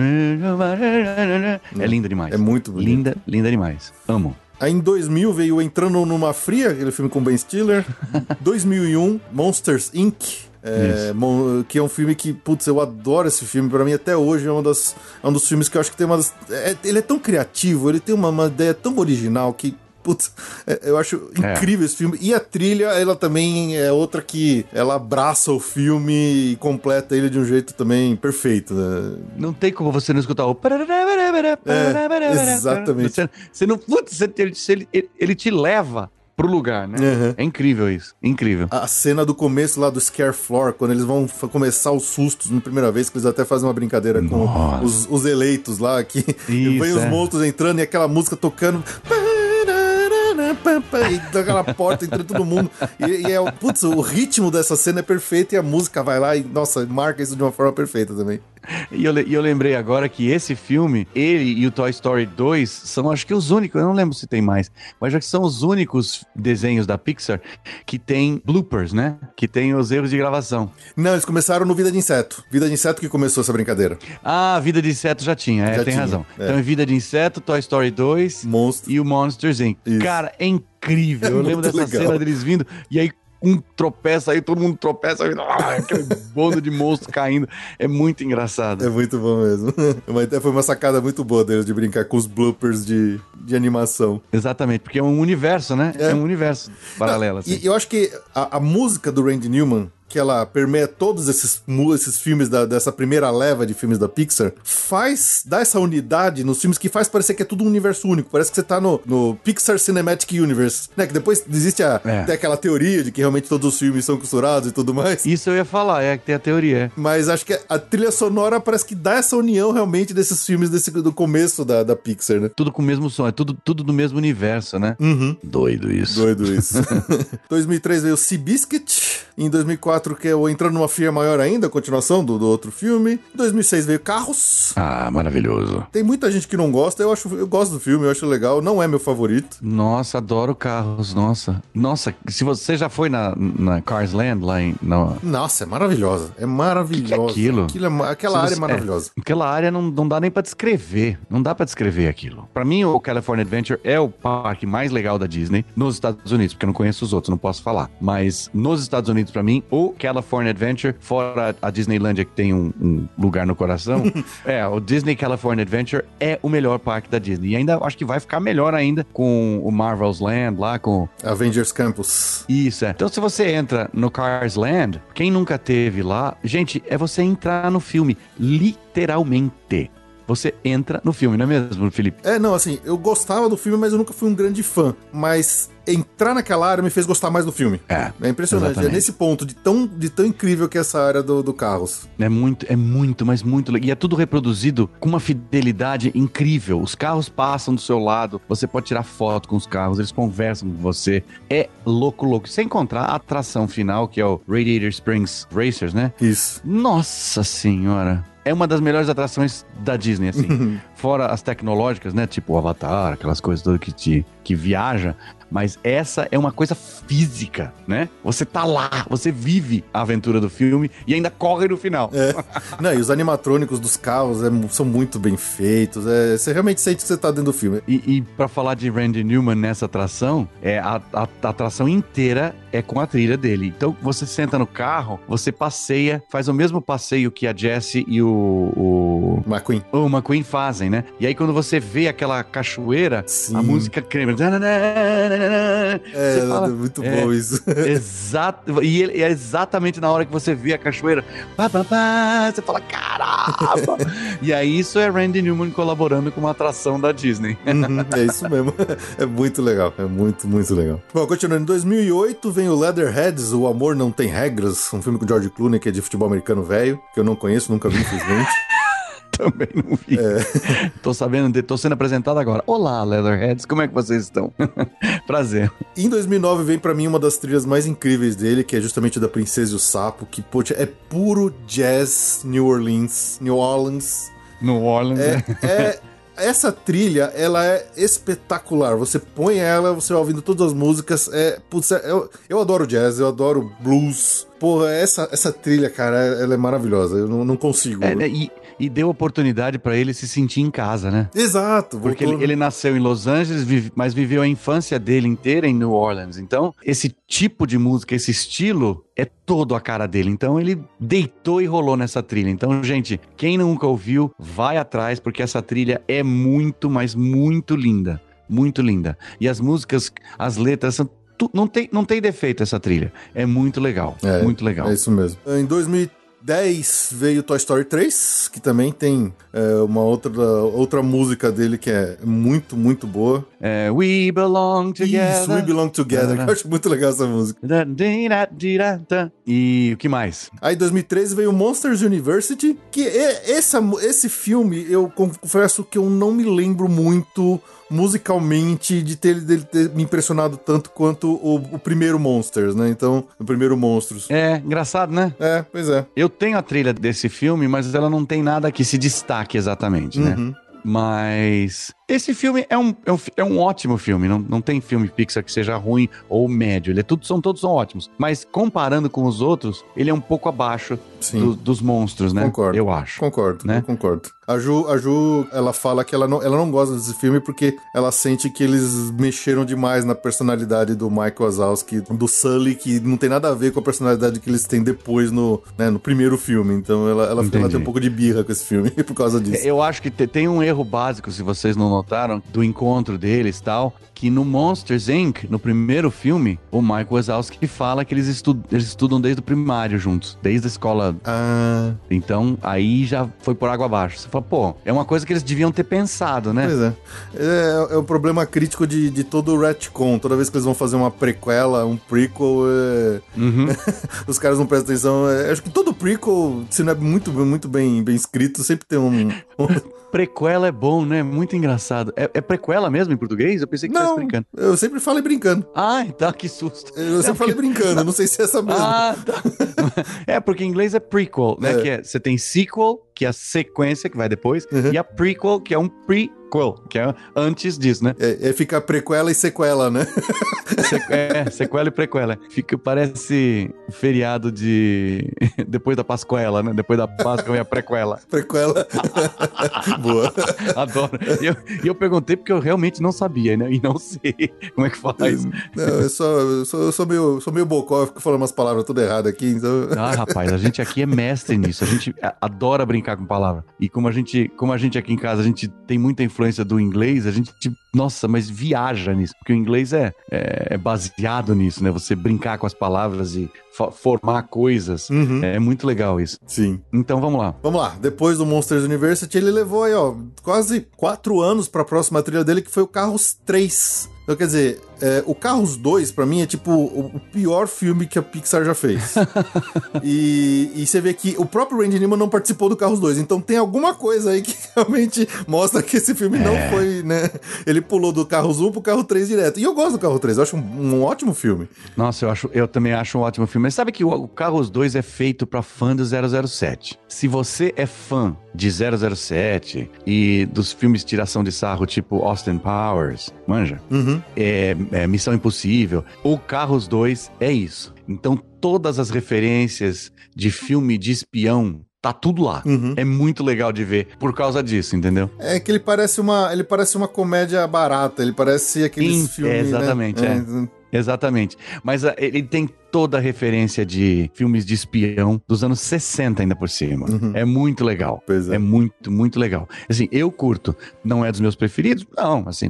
me. É linda demais. É muito bonita. Linda demais. Amo. Aí em 2000 veio Entrando Numa Fria, aquele filme com Ben Stiller. 2001, Monsters, Inc., que é um filme que, putz, eu adoro esse filme. Pra mim, até hoje, é um dos filmes que eu acho que tem ele é tão criativo, ele tem uma ideia tão original que, putz, eu acho incrível esse filme. E a trilha, ela também é outra que ela abraça o filme e completa ele de um jeito também perfeito, né? Não tem como você não escutar o... Exatamente. Você não... Putz, ele te leva pro lugar, né? É incrível isso. Incrível. A cena do começo lá do Scare Floor, quando eles vão começar os sustos na primeira vez, que eles até fazem uma brincadeira com os eleitos lá, que vem os monstros entrando e aquela música tocando... e daquela porta entrando todo mundo putz, o ritmo dessa cena é perfeito e a música vai lá e, nossa, marca isso de uma forma perfeita também. E eu lembrei agora que esse filme, ele e o Toy Story 2 são, acho que os únicos, eu não lembro se tem mais, mas acho que são os únicos desenhos da Pixar que tem bloopers, né? Que tem os erros de gravação. Não, eles começaram no Vida de Inseto. Vida de Inseto que começou essa brincadeira. Ah, Vida de Inseto já tinha, Já tem tinha, razão. é. Então é Vida de Inseto, Toy Story 2 Monstro. e o Monsters Inc. Isso. Cara, é incrível. É Eu lembro muito dessa legal. cena deles vindo e aí um tropeça, aí todo mundo tropeça, aí, aquele bando de monstros caindo. É muito engraçado. É muito bom mesmo. Foi uma sacada muito boa deles de brincar com os bloopers de animação. Exatamente, porque é um universo, né? É. É um universo paralelo, assim. E eu acho que a música do Randy Newman, que ela permeia todos esses filmes dessa primeira leva de filmes da Pixar, dá essa unidade nos filmes que faz parecer que é tudo um universo único. Parece que você tá no Pixar Cinematic Universe, né? Que depois existe tem aquela teoria de que realmente todos os filmes são costurados e tudo mais. Isso eu ia falar, que tem a teoria. Mas acho que a trilha sonora parece que dá essa união realmente desses filmes do começo da Pixar, né? Tudo com o mesmo som, é tudo do mesmo universo, né? Doido isso. Doido isso. 2003 veio Seabiscuit. Em 2004, que é o Entrando numa Fria Maior Ainda, a continuação do outro filme. Em 2006 veio Carros. Ah, maravilhoso. Tem muita gente que não gosta, eu gosto do filme, eu acho legal, não é meu favorito. Nossa, adoro carros, nossa. Nossa, se você já foi na Cars Land, lá Nossa, é maravilhosa, é maravilhosa. Que é aquilo? Aquela área é maravilhosa. Aquela área não dá nem pra descrever, não dá pra descrever aquilo. Pra mim, o California Adventure é o parque mais legal da Disney nos Estados Unidos, porque eu não conheço os outros, não posso falar. Mas nos Estados Unidos, pra mim, o California Adventure, fora a Disneylandia que tem um lugar no coração, o Disney California Adventure é o melhor parque da Disney. E ainda acho que vai ficar melhor ainda com o Marvel's Land lá, com Avengers Campus. Isso, é. Então, se você entra no Cars Land, quem nunca teve lá, gente, é você entrar no filme, literalmente. Você entra no filme, não é mesmo, Felipe? Não, assim, eu gostava do filme, mas eu nunca fui um grande fã. Mas entrar naquela área me fez gostar mais do filme. É impressionante. Exatamente. É nesse ponto de tão incrível que é essa área do Carros. É muito, mas muito legal. E é tudo reproduzido com uma fidelidade incrível. Os carros passam do seu lado, você pode tirar foto com os carros, eles conversam com você. É louco. Sem encontrar a atração final, que é o Radiator Springs Racers, né? Isso. Nossa senhora! É uma das melhores atrações da Disney, assim. Fora as tecnológicas, né? Tipo o Avatar, aquelas coisas todas que viaja. Mas essa é uma coisa física, né? Você tá lá, você vive a aventura do filme e ainda corre no final. Não, e os animatrônicos dos carros são muito bem feitos. Você realmente sente que você tá dentro do filme. E pra falar de Randy Newman nessa atração, a atração inteira é com a trilha dele. Então, você senta no carro, você passeia, faz o mesmo passeio que a Jessie e o McQueen fazem, né? E aí, quando você vê aquela cachoeira, sim, a música creme. Fala, muito bom isso. Exato. E é exatamente na hora que você vê a cachoeira. Você fala, caramba! E aí, isso é Randy Newman colaborando com uma atração da Disney. É isso mesmo. É muito legal. É muito, muito legal. Bom, continuando. Em 2008 vem o Leatherheads, O Amor Não Tem Regras, um filme com George Clooney, que é de futebol americano velho, que eu não conheço, nunca vi, infelizmente. Também não vi. Tô sendo apresentado agora. Olá, Leatherheads, como é que vocês estão? Prazer. Em 2009 vem pra mim uma das trilhas mais incríveis dele, que é justamente da Princesa e o Sapo, que, poxa, é puro jazz New Orleans. Essa trilha, ela é espetacular. Você põe ela, você vai ouvindo todas as músicas. Eu adoro jazz, eu adoro blues. Porra, essa trilha, cara, ela é maravilhosa. Eu não consigo. E deu oportunidade pra ele se sentir em casa, né? Exato. Porque ele nasceu em Los Angeles, mas viveu a infância dele inteira em New Orleans. Então, esse tipo de música, esse estilo, é todo a cara dele. Então, ele deitou e rolou nessa trilha. Então, gente, quem nunca ouviu, vai atrás, porque essa trilha é muito, mas muito linda. Muito linda. E as músicas, as letras são... Não tem defeito essa trilha. É muito legal. Muito legal. É isso mesmo. Em 2010 veio Toy Story 3, que também tem uma outra música dele que é muito, muito boa. We Belong Together. Isso, We Belong Together. Eu acho muito legal essa música. E o que mais? Aí em 2013 veio Monsters University, que esse filme, eu confesso que eu não me lembro muito musicalmente dele ter me impressionado tanto quanto o primeiro Monsters, né? Então, o primeiro Monstros. É, engraçado, né? É, pois é. Eu tenho a trilha desse filme, mas ela não tem nada que se destaque exatamente, né? Mas esse filme é um ótimo filme. Não tem filme Pixar que seja ruim ou médio. Todos são ótimos. Mas comparando com os outros, ele é um pouco abaixo dos monstros, né? Concordo. Eu acho. Concordo, né? Eu concordo. A Ju, ela fala que ela não gosta desse filme porque ela sente que eles mexeram demais na personalidade do Mike Wazowski, do Sully, que não tem nada a ver com a personalidade que eles têm depois no primeiro filme. Então ela tem um pouco de birra com esse filme por causa disso. Eu acho que tem um erro básico, se vocês não notaram, do encontro deles e tal, que no Monsters, Inc., no primeiro filme, o Mike Wazowski fala que eles estudam desde o primário juntos, desde a escola. Então, aí já foi por água abaixo. Você fala, pô, é uma coisa que eles deviam ter pensado, né? Pois é. É um problema crítico de todo o retcon. Toda vez que eles vão fazer uma prequela, um prequel, os caras não prestam atenção. Acho que todo prequel, se não é muito, muito bem escrito, sempre tem um... Prequela é bom, né? Muito engraçado. É prequela mesmo em português? Eu pensei que estivesse brincando. Eu sempre falei brincando. Ah, tá, que susto. Eu sempre falei brincando, não sei se é essa mesmo. Ah, tá. Porque em inglês é prequel, né? Que você tem sequel, que é a sequência que vai depois, e a prequel, que é um prequel, que é antes disso, né? Fica prequela e sequela, né? Sequela e prequela. Parece feriado de... depois da Pascuela, né? Depois da Páscoa vem a prequela. Prequela. Boa. Adoro. E eu perguntei porque eu realmente não sabia, né? E não sei como é que faz. Não, eu sou meio bocó, eu fico falando umas palavras tudo erradas aqui, então... Ah, rapaz, a gente aqui é mestre nisso. A gente adora brincar com palavra. E como a gente aqui em casa, a gente tem muita influência do inglês, a gente, nossa, mas viaja nisso. Porque o inglês é baseado nisso, né? Você brincar com as palavras e formar coisas. É muito legal isso. Sim. Então, vamos lá. Vamos lá. Depois do Monsters University, ele levou aí, quase 4 anos pra próxima trilha dele, que foi o Carros 3. Então, quer dizer, o Carros 2, pra mim, é tipo o pior filme que a Pixar já fez. E você vê que o próprio Randy Newman não participou do Carros 2, então tem alguma coisa aí que realmente mostra que esse filme não foi, né? Ele pulou do Carros 1 pro Carro 3 direto. E eu gosto do Carro 3, eu acho um ótimo filme. Nossa, eu também acho um ótimo filme. Mas sabe que o Carros 2 é feito pra fã do 007. Se você é fã de 007 e dos filmes de tiração de sarro tipo Austin Powers, manja? Missão Impossível. O Carros 2 é isso. Então todas as referências de filme de espião tá tudo lá. É muito legal de ver por causa disso, entendeu? É que ele parece uma comédia barata, ele parece aqueles filmes... Exatamente, né? Exatamente. Mas ele tem toda a referência de filmes de espião dos anos 60 ainda por cima. É muito legal. Pois é. É muito, muito legal. Assim, eu curto. Não é dos meus preferidos? Não, assim,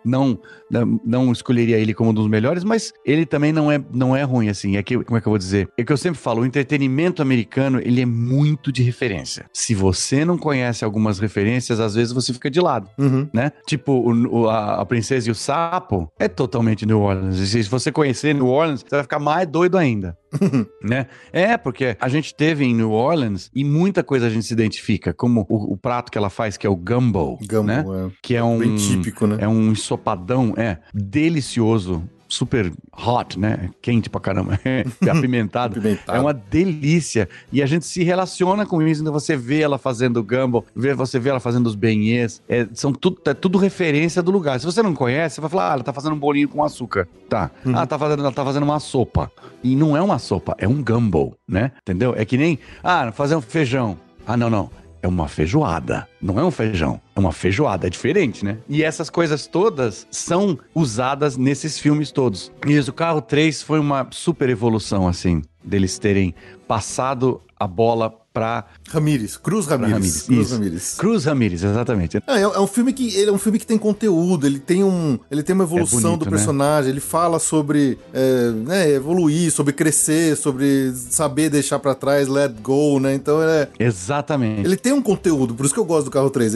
não escolheria ele como um dos melhores, mas ele também não é ruim, assim. Como é que eu vou dizer? É que eu sempre falo, o entretenimento americano, ele é muito de referência. Se você não conhece algumas referências, às vezes você fica de lado, né? Tipo, a Princesa e o Sapo é totalmente New Orleans. Se você conhecer New Orleans, você vai ficar mais doido ainda, né? Porque a gente teve em New Orleans e muita coisa a gente se identifica, como o prato que ela faz, que é o gumbo, né? Que é bem típico, né? É um ensopadão, delicioso, super hot, né? Quente pra caramba, apimentado. É uma delícia. E a gente se relaciona com isso. Então você vê ela fazendo gumbo, você vê ela fazendo os beignets. É tudo referência do lugar. Se você não conhece, você vai falar, ela tá fazendo um bolinho com açúcar. Tá. Ela tá fazendo uma sopa. E não é uma sopa, é um gumbo, né? Entendeu? É que nem, fazer um feijão. Não. É uma feijoada, não é um feijão, é uma feijoada, é diferente, né? E essas coisas todas são usadas nesses filmes todos. E o Carro 3 foi uma super evolução, assim, deles terem passado a bola pra... Cruz Ramírez. Cruz Ramírez, exatamente. É um filme que tem conteúdo, ele tem uma evolução bonito, do personagem, né? Ele fala sobre evoluir, sobre crescer, sobre saber deixar pra trás, let go, né? Então Exatamente. Ele tem um conteúdo, por isso que eu gosto do Carro 3.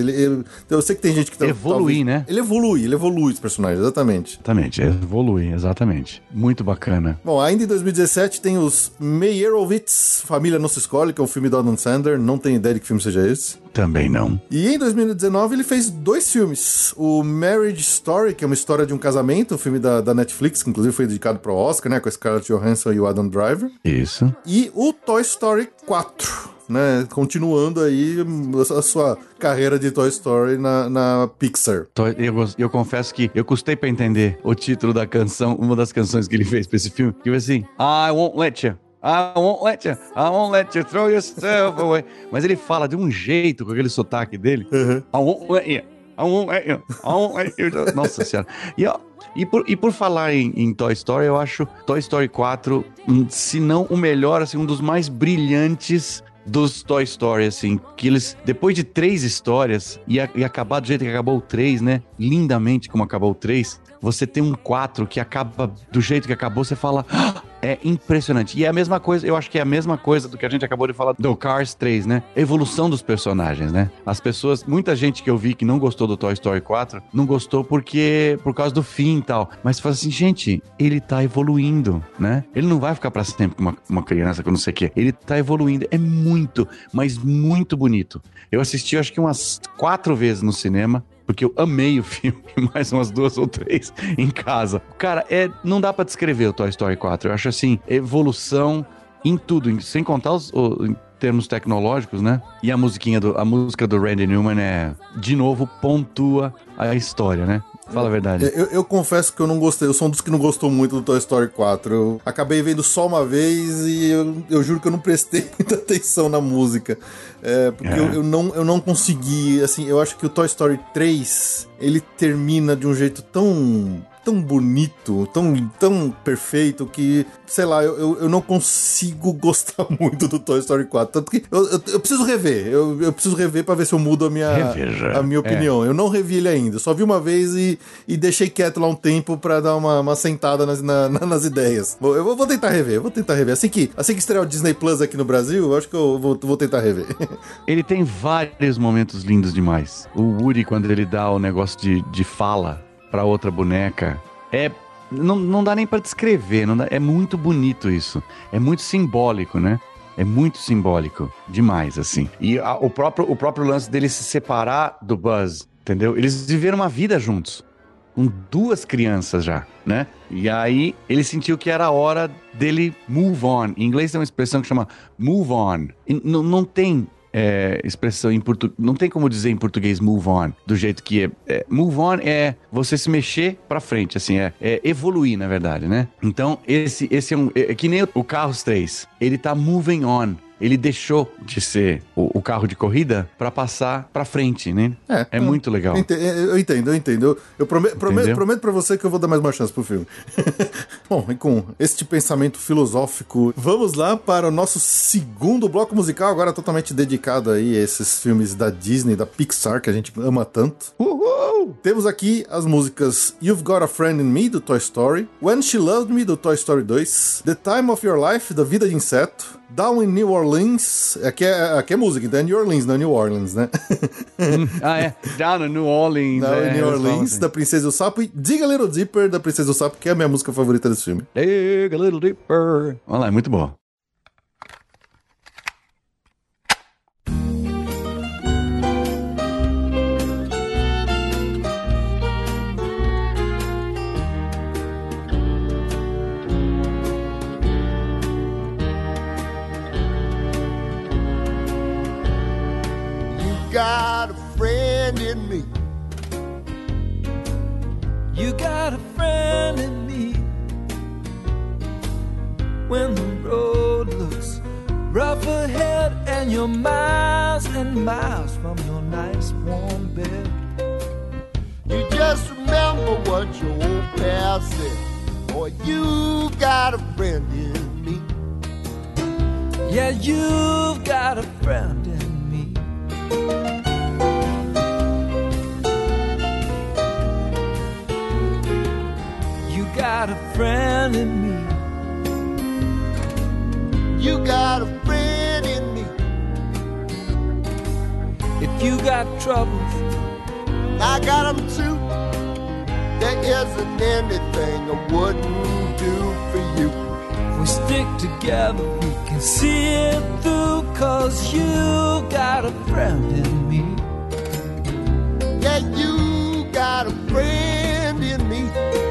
Eu sei que tem gente que... Evoluir, talvez, né? Ele evolui os personagens, exatamente. Exatamente, evolui, exatamente. Muito bacana. Bom, ainda em 2017 tem os Meyerowitz, Família Não Se Escolhe, que é um filme do Adam Sandler. Não tenho ideia de que filme seja esse. Também não. E em 2019 ele fez 2 filmes. O Marriage Story, que é uma história de um casamento, um filme da Netflix, que inclusive foi dedicado pro Oscar, né? Com a Scarlett Johansson e o Adam Driver. Isso. E o Toy Story 4, né? Continuando aí a sua carreira de Toy Story na Pixar. Eu confesso que eu custei pra entender o título da canção, uma das canções que ele fez pra esse filme, que foi assim, I won't let you. I won't let you throw yourself away. Mas ele fala de um jeito, com aquele sotaque dele. Uhum. I won't let you. I won't let you. I won't let you. Nossa senhora. E por falar em Toy Story, eu acho Toy Story 4, se não o melhor, assim, um dos mais brilhantes dos Toy Story, assim, que eles, depois de 3 histórias, e acabar do jeito que acabou o 3, né, lindamente como acabou o 3, você tem um 4 que acaba do jeito que acabou, você fala... É impressionante. E é a mesma coisa, eu acho que é a mesma coisa do que a gente acabou de falar do Cars 3, né? Evolução dos personagens, né? As pessoas, muita gente que eu vi que não gostou do Toy Story 4, não gostou por causa do fim e tal. Mas fala assim, gente, ele tá evoluindo, né? Ele não vai ficar pra sempre com uma criança com não sei o quê. Ele tá evoluindo. É muito, mas muito bonito. Eu assisti, acho que umas 4 vezes no cinema. Porque eu amei o filme, mais umas 2 ou 3 em casa. Cara, não dá pra descrever o Toy Story 4. Eu acho assim, evolução em tudo, sem contar em termos tecnológicos, né? E a música do Randy Newman de novo, pontua a história, né? Fala a verdade. Eu confesso que eu não gostei. Eu sou um dos que não gostou muito do Toy Story 4. Eu acabei vendo só uma vez e eu juro que eu não prestei muita atenção na música. Porque eu não consegui. Assim, eu acho que o Toy Story 3 ele termina de um jeito tão bonito, tão perfeito que, sei lá, eu não consigo gostar muito do Toy Story 4. Tanto que eu preciso rever. Eu preciso rever pra ver se eu mudo a minha opinião. Eu não revi ele ainda. Eu só vi uma vez e deixei quieto lá um tempo pra dar uma sentada nas ideias. Eu vou tentar rever. Assim que estrear o Disney Plus aqui no Brasil, eu acho que eu vou tentar rever. Ele tem vários momentos lindos demais. O Woody, quando ele dá o negócio de fala pra outra boneca, não dá nem pra descrever, é muito bonito isso, é muito simbólico, né? É muito simbólico, demais, assim. E o próprio lance dele se separar do Buzz, entendeu? Eles viveram uma vida juntos, com 2 crianças já, né? E aí ele sentiu que era a hora dele move on. Em inglês tem uma expressão que chama move on. E não tem expressão em português, não tem como dizer em português move on, do jeito que move on é você se mexer pra frente, assim, é evoluir, na verdade, né? Então, esse é que nem o Carros 3, ele tá moving on. Ele deixou de ser o carro de corrida pra passar pra frente, né? É muito legal. Eu entendo. Eu prometo pra você que eu vou dar mais uma chance pro filme. Bom, e com este pensamento filosófico, vamos lá para o nosso segundo bloco musical, agora totalmente dedicado aí a esses filmes da Disney, da Pixar, que a gente ama tanto. Uhul! Temos aqui as músicas You've Got a Friend in Me, do Toy Story, When She Loved Me, do Toy Story 2, The Time of Your Life, da Vida de Inseto, Down in New Orleans, aqui é música, então é New Orleans, não é New Orleans, né? Down in New Orleans. Down in New Orleans, assim, da Princesa e o Sapo, e Dig a Little Deeper, da Princesa e o Sapo, que é a minha música favorita desse filme. Dig a Little Deeper. Olha lá, é muito bom. Got a friend in me. You got a friend in me. When the road looks rough ahead and you're miles and miles from your nice warm bed, You just remember what your old past said. Boy, you got a friend in me. yeah, you've got a friend in me. You got a friend in me. You got a friend in me. If you got troubles I got 'em too. There isn't anything I wouldn't do for you. If we stick together, we can see it through, 'cause you got a friend in me. Yeah, you got a friend in me.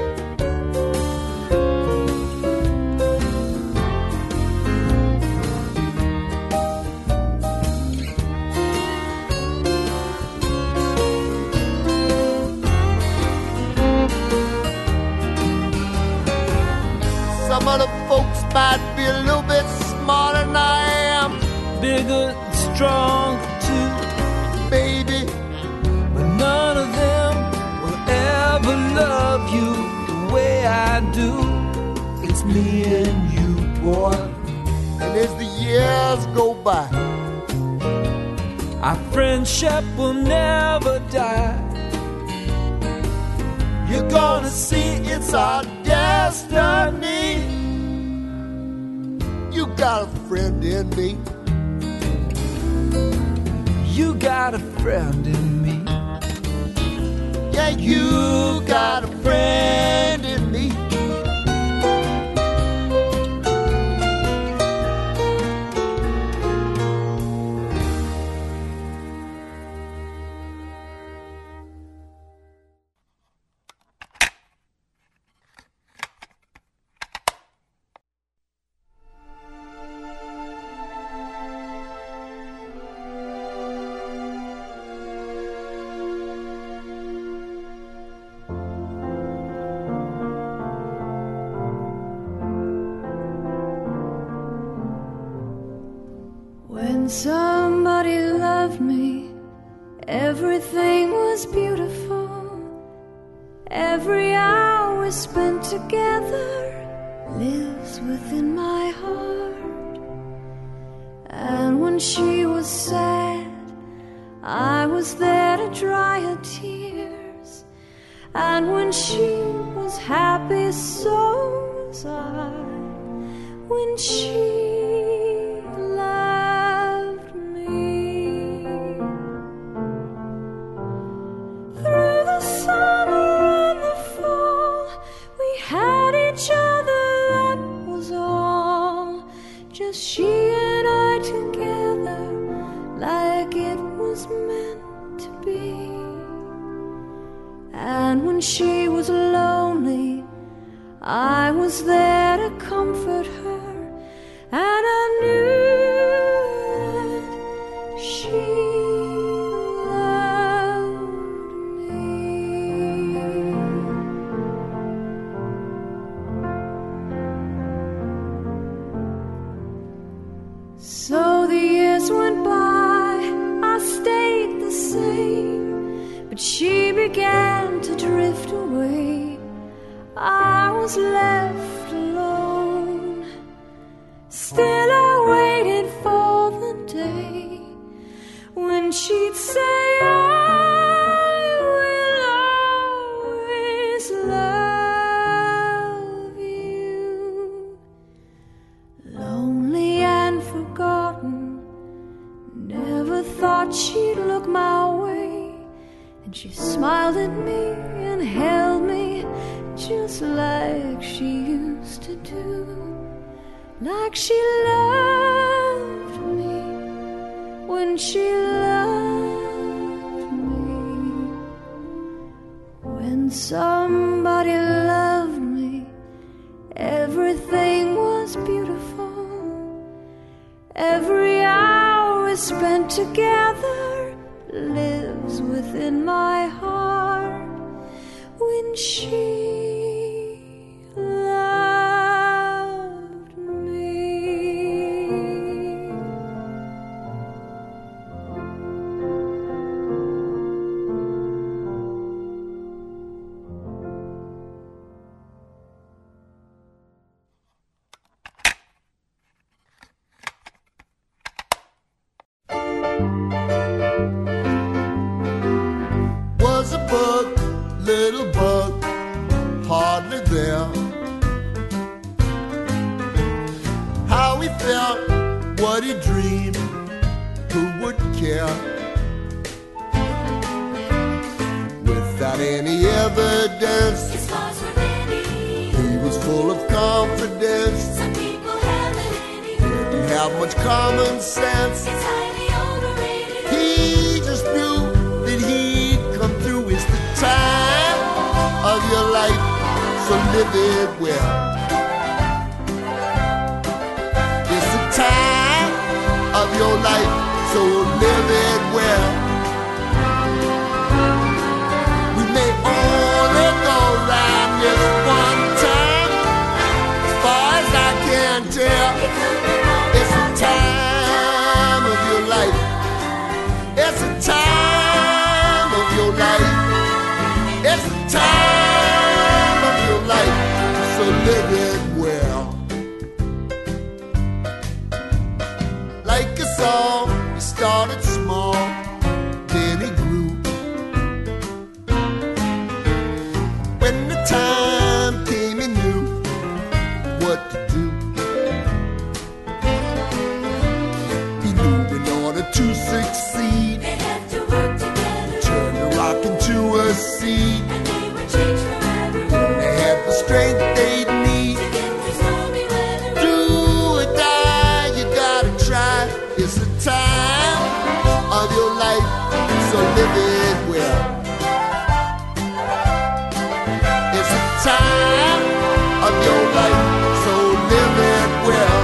Some other folks might be a little bit smarter than I am. Bigger and stronger too, Baby, but none of them will ever love you the way I do. It's me and you, boy. and as the years go by, Our friendship will never die. you're gonna see it's our destiny. You got a friend in me. You got a friend in me. Yeah, you got a friend in me. When somebody loved me, everything was beautiful. Every hour spent together lives within my heart. And when she was sad, I was there to dry her tears. And when she was happy, so was I. When she loved me, through the summer and the fall, we had each other, that was all. Just she and I together, like it was meant to be. And when she was lonely, I was there to comfort her. And I knew that she loved me. So the years went by, I stayed the same, but she began to drift away. I was left alone. Still I waited for the day when she'd say, I will always love you. Lonely and forgotten, never thought she'd look my way. And she smiled at me and held me just like she used to do. Like she loved me when she loved me. When somebody loved me, everything was beautiful. Every hour spent together lives within my heart. When she little bug, hardly there. How he felt, what he dreamed, who would care? any evidence. His scars were many. He was full of confidence. Some people haven't any. Didn't have much common sense. It's highly overrated. He just knew that he'd come through. It's the time of your life, so live it well. It's the time of your life, so live it well. We may only go round this one time, as far as I can tell. It's the time of your life. It's the time of your life. It's the time of your life, so live it well. Like us all, he started small, then he grew. When the time came, he knew what to do. He knew in order to succeed, They had to work together. turn the rock into a seed. And they would change forever. They had the strength they'd need. To get through stormy weather. Do or die, you gotta try. It's the time of your life, so live it well. It's the time of your life, so live it well.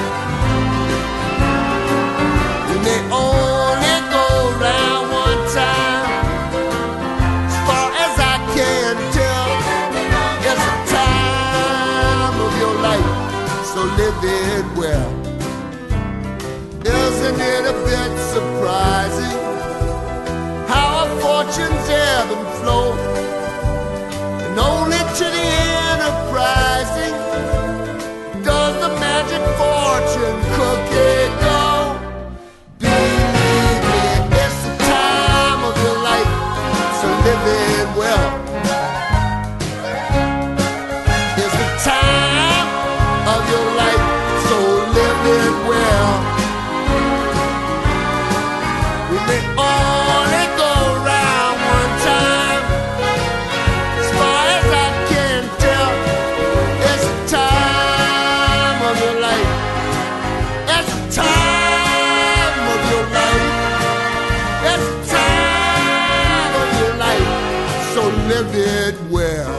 You may only go round one time, as far as I can tell. It's the time of your life, so live it well. Isn't it a bit surprising how our fortunes ebb and flow, and only to the enterprising does the magic fortune cookie go? Believe me, it's the time of your life, so live it well. It's the time of your life, so live it well. We may only go round one time, as far as I can tell. It's the time of your life. It's the time of your life. It's the time of your life, so live it well.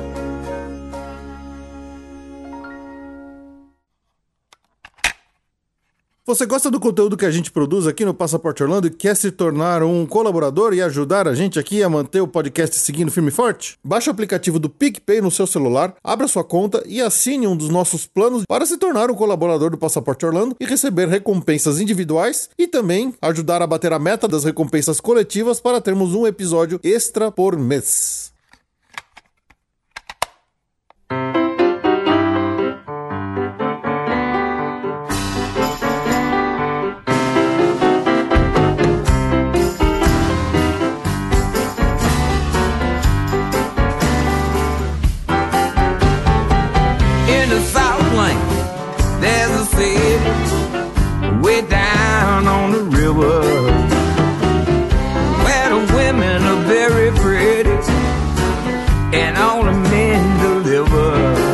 Você gosta do conteúdo que a gente produz aqui no Passaporte Orlando e quer se tornar um colaborador e ajudar a gente aqui a manter o podcast seguindo firme e forte? Baixe o aplicativo do PicPay no seu celular, abra sua conta e assine um dos nossos planos para se tornar um colaborador do Passaporte Orlando e receber recompensas individuais e também ajudar a bater a meta das recompensas coletivas para termos um episódio extra por mês. In the South Lane, there's a city way down on the river, where the women are very pretty and all the men deliver.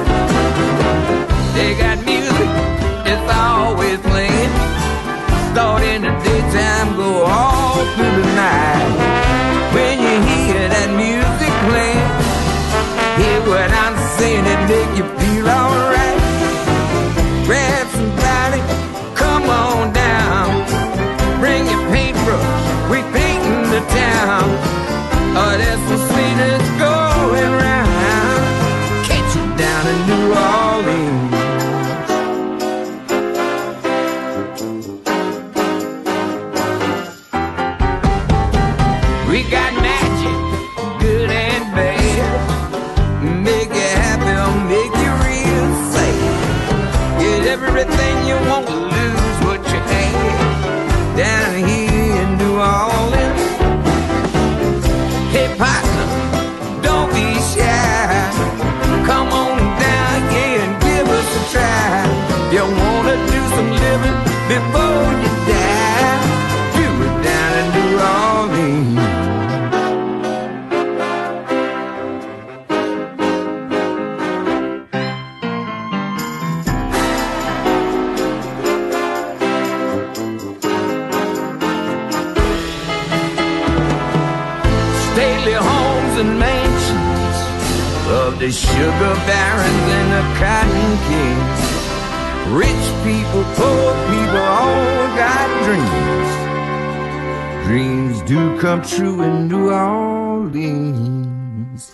They got music, it's always playing, start in the daytime, go all through the night. When you hear that music playing, hear what I'm saying, it make you feel alright. Grab somebody, come on down. Bring your paintbrush, we painting the town. Oh, there's some sweetness going round. Catch you down in New Orleans. We got magic, good and bad. Make you happy or make you real sad. Get everything you want, lose what you had. Down here in New Orleans. Hey partner, don't be shy. Come on down here and give us a try. You wanna do some living before you die? Do it down in New Orleans. and mansions of the sugar barons and the cotton kings. Rich people, poor people, all got dreams. Dreams do come true in New Orleans.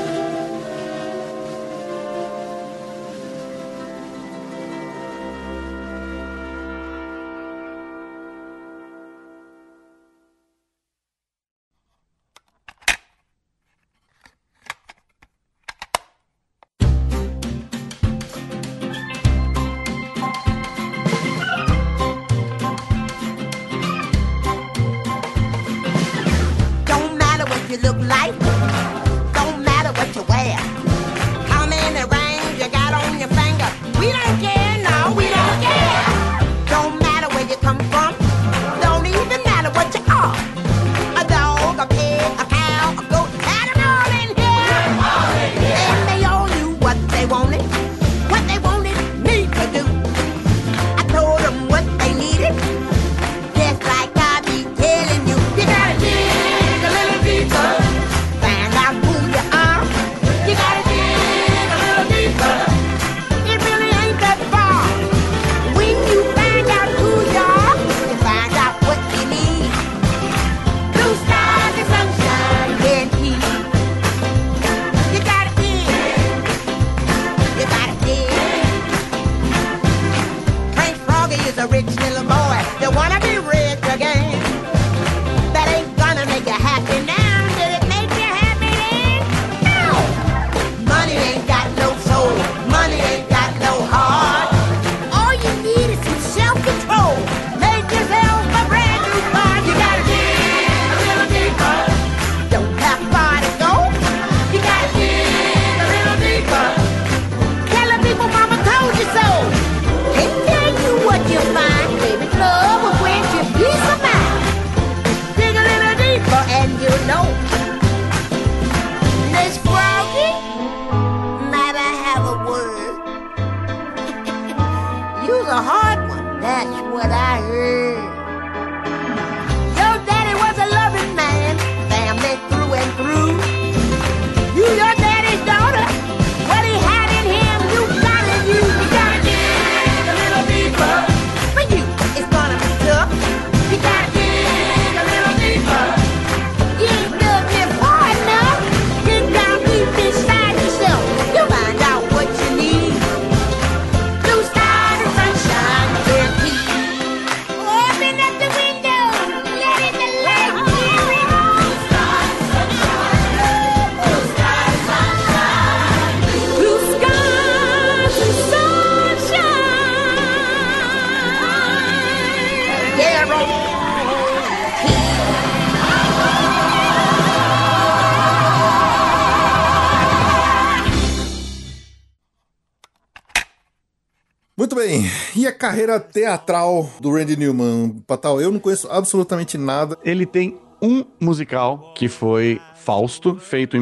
Muito bem, e a carreira teatral do Randy Newman, Patal? Eu não conheço absolutamente nada. Ele tem um musical que foi Fausto, feito em